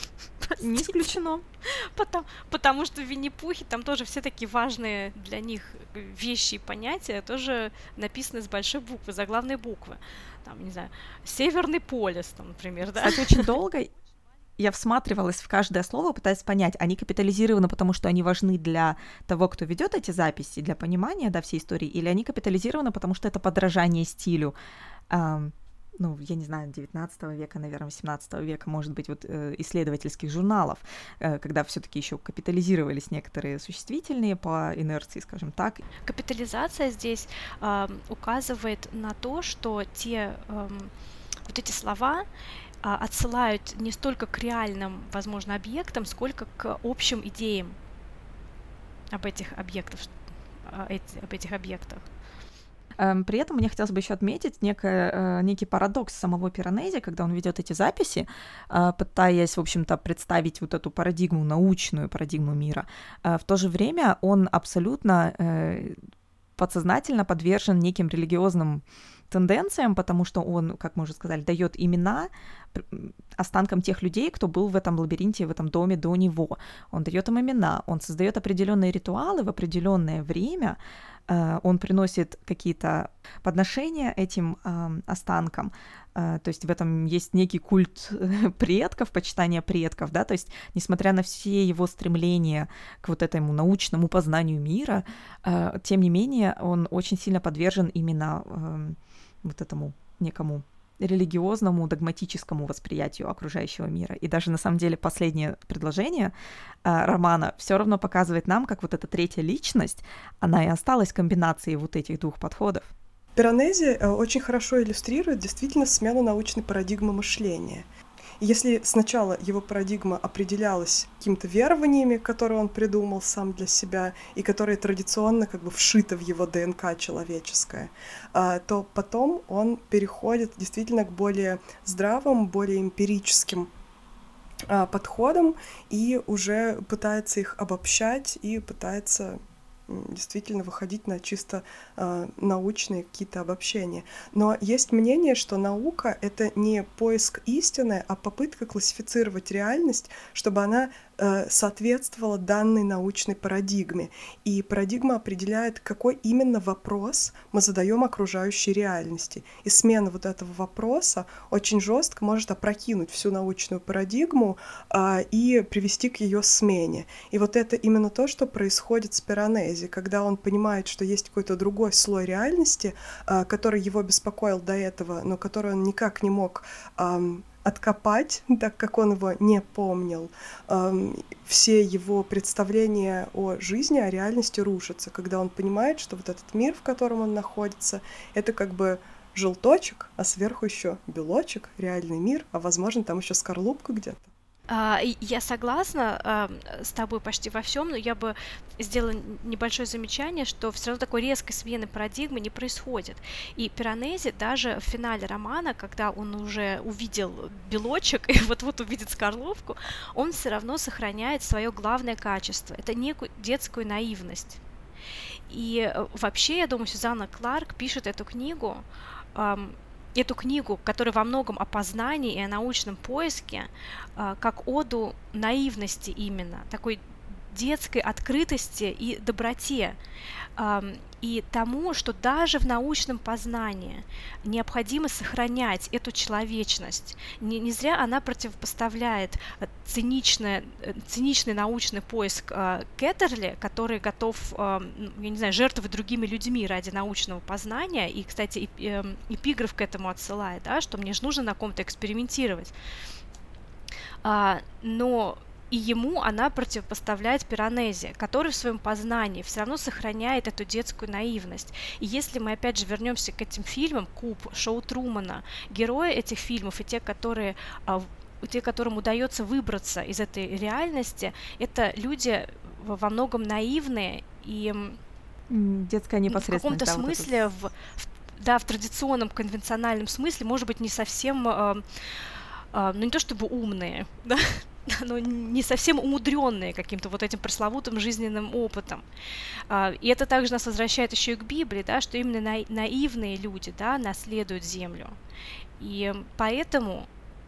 Не исключено. Потому что в Винни-Пухе там тоже все такие важные для них вещи и понятия тоже написаны с большой буквы, заглавной буквы. Там, не знаю, Северный полюс, там, например, да. Кстати, очень долго я всматривалась в каждое слово, пытаясь понять, они капитализированы, потому что они важны для того, кто ведет эти записи, для понимания, да, всей истории, или они капитализированы, потому что это подражание стилю, ну, я не знаю, 19 века, наверное, 18 века, может быть, вот исследовательских журналов, когда все-таки еще капитализировались некоторые существительные по инерции, скажем так. Капитализация здесь указывает на то, что вот эти слова отсылают не столько к реальным, возможно, объектам, сколько к общим идеям об этих объектах. При этом мне хотелось бы еще отметить некий парадокс самого Пиранези, когда он ведет эти записи, пытаясь, в общем-то, представить вот эту парадигму, научную парадигму мира. В то же время он абсолютно подсознательно подвержен неким религиозным тенденциям, потому что он, как мы уже сказали, дает имена останкам тех людей, кто был в этом лабиринте, в этом доме до него. Он дает им имена, он создает определенные ритуалы в определенное время, он приносит какие-то подношения этим останкам, то есть в этом есть некий культ предков, почитание предков, да, то есть несмотря на все его стремления к вот этому научному познанию мира, тем не менее он очень сильно подвержен именно вот этому некому религиозному, догматическому восприятию окружающего мира. И даже на самом деле последнее предложение романа все равно показывает нам, как вот эта третья личность, она и осталась комбинацией вот этих двух подходов. Пиранези очень хорошо иллюстрирует действительно смену научной парадигмы мышления. Если сначала его парадигма определялась какими-то верованиями, которые он придумал сам для себя, и которые традиционно как бы вшиты в его ДНК человеческое, то потом он переходит действительно к более здравым, более эмпирическим подходам и уже пытается их обобщать и пытается действительно выходить на чисто научные какие-то обобщения. Но есть мнение, что наука — это не поиск истины, а попытка классифицировать реальность, чтобы она соответствовала данной научной парадигме. И парадигма определяет, какой именно вопрос мы задаем окружающей реальности. И смена вот этого вопроса очень жестко может опрокинуть всю научную парадигму и привести к ее смене. И вот это именно то, что происходит с Пиранези, когда он понимает, что есть какой-то другой слой реальности, который его беспокоил до этого, но который он никак не мог откопать, так как он его не помнил. Все его представления о жизни, о реальности рушатся, когда он понимает, что вот этот мир, в котором он находится, это как бы желточек, а сверху еще белочек, реальный мир, а возможно там еще скорлупка где-то. Я согласна с тобой почти во всем, но я бы сделала небольшое замечание, что все равно такой резкой смены парадигмы не происходит. И Пиранези даже в финале романа, когда он уже увидел белочек и вот-вот увидит скорлупку, он все равно сохраняет свое главное качество. Это некую детскую наивность. И вообще, я думаю, Сюзанна Кларк пишет эту книгу, которая во многом о познании и о научном поиске, как оду наивности именно, такой детской открытости и доброте, и тому, что даже в научном познании необходимо сохранять эту человечность. Не зря она противопоставляет циничный научный поиск Кеттерли, который готов, я не знаю, жертвовать другими людьми ради научного познания. И, кстати, эпиграф к этому отсылает, да, что мне же нужно на ком-то экспериментировать. Но и ему она противопоставляет Пиранези, который в своем познании все равно сохраняет эту детскую наивность. И если мы опять же вернемся к этим фильмам, Куб, Шоу Трумана, герои этих фильмов и те, которым удается выбраться из этой реальности, это люди во многом наивные и детская непосредственность. В каком-то смысле, в традиционном конвенциональном смысле, может быть, не совсем, не то чтобы умные, да, но не совсем умудренные каким-то вот этим пресловутым жизненным опытом. И это также нас возвращает еще и к Библии, да, что именно наивные люди, да, наследуют землю. И поэтому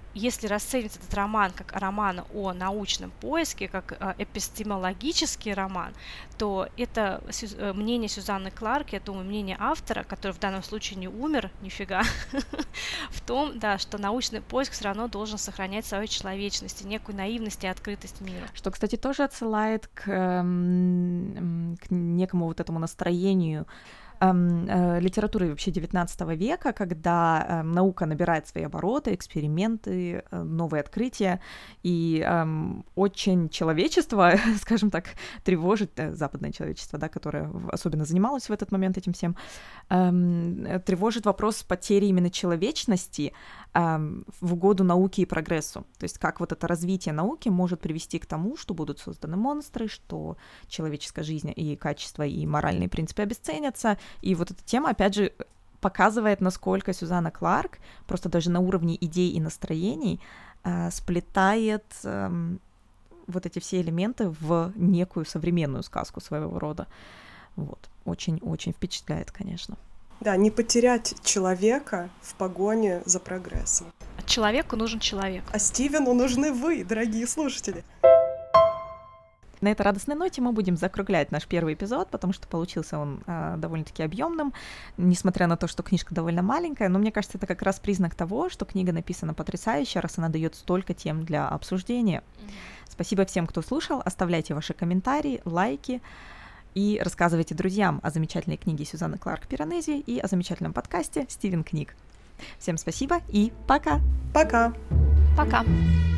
если расценивать этот роман как роман о научном поиске, как эпистемологический роман, то это мнение Сюзанны Кларк, я думаю, мнение автора, который в данном случае не умер, нифига, в том, да, что научный поиск все равно должен сохранять свою человечность и некую наивность и открытость миру. Что, кстати, тоже отсылает к некому вот этому настроению литературы вообще XIX века, когда наука набирает свои обороты, эксперименты, новые открытия, и очень человечество, скажем так, тревожит, западное человечество, да, которое особенно занималось в этот момент этим всем, тревожит вопрос потери именно человечности в угоду науке и прогрессу. То есть как вот это развитие науки может привести к тому, что будут созданы монстры, что человеческая жизнь и качество, и моральные принципы обесценятся. И вот эта тема, опять же, показывает, насколько Сюзанна Кларк просто даже на уровне идей и настроений сплетает вот эти все элементы в некую современную сказку своего рода. Вот. Очень-очень впечатляет, конечно. Да, не потерять человека в погоне за прогрессом. Человеку нужен человек. А Стивену нужны вы, дорогие слушатели. На этой радостной ноте мы будем закруглять наш первый эпизод, потому что получился он довольно-таки объемным, несмотря на то, что книжка довольно маленькая, но мне кажется, это как раз признак того, что книга написана потрясающе, раз она дает столько тем для обсуждения. Спасибо всем, кто слушал, оставляйте ваши комментарии, лайки и рассказывайте друзьям о замечательной книге Сюзанны Кларк Пиранези и о замечательном подкасте Стивен Книг. Всем спасибо и пока! Пока! Пока!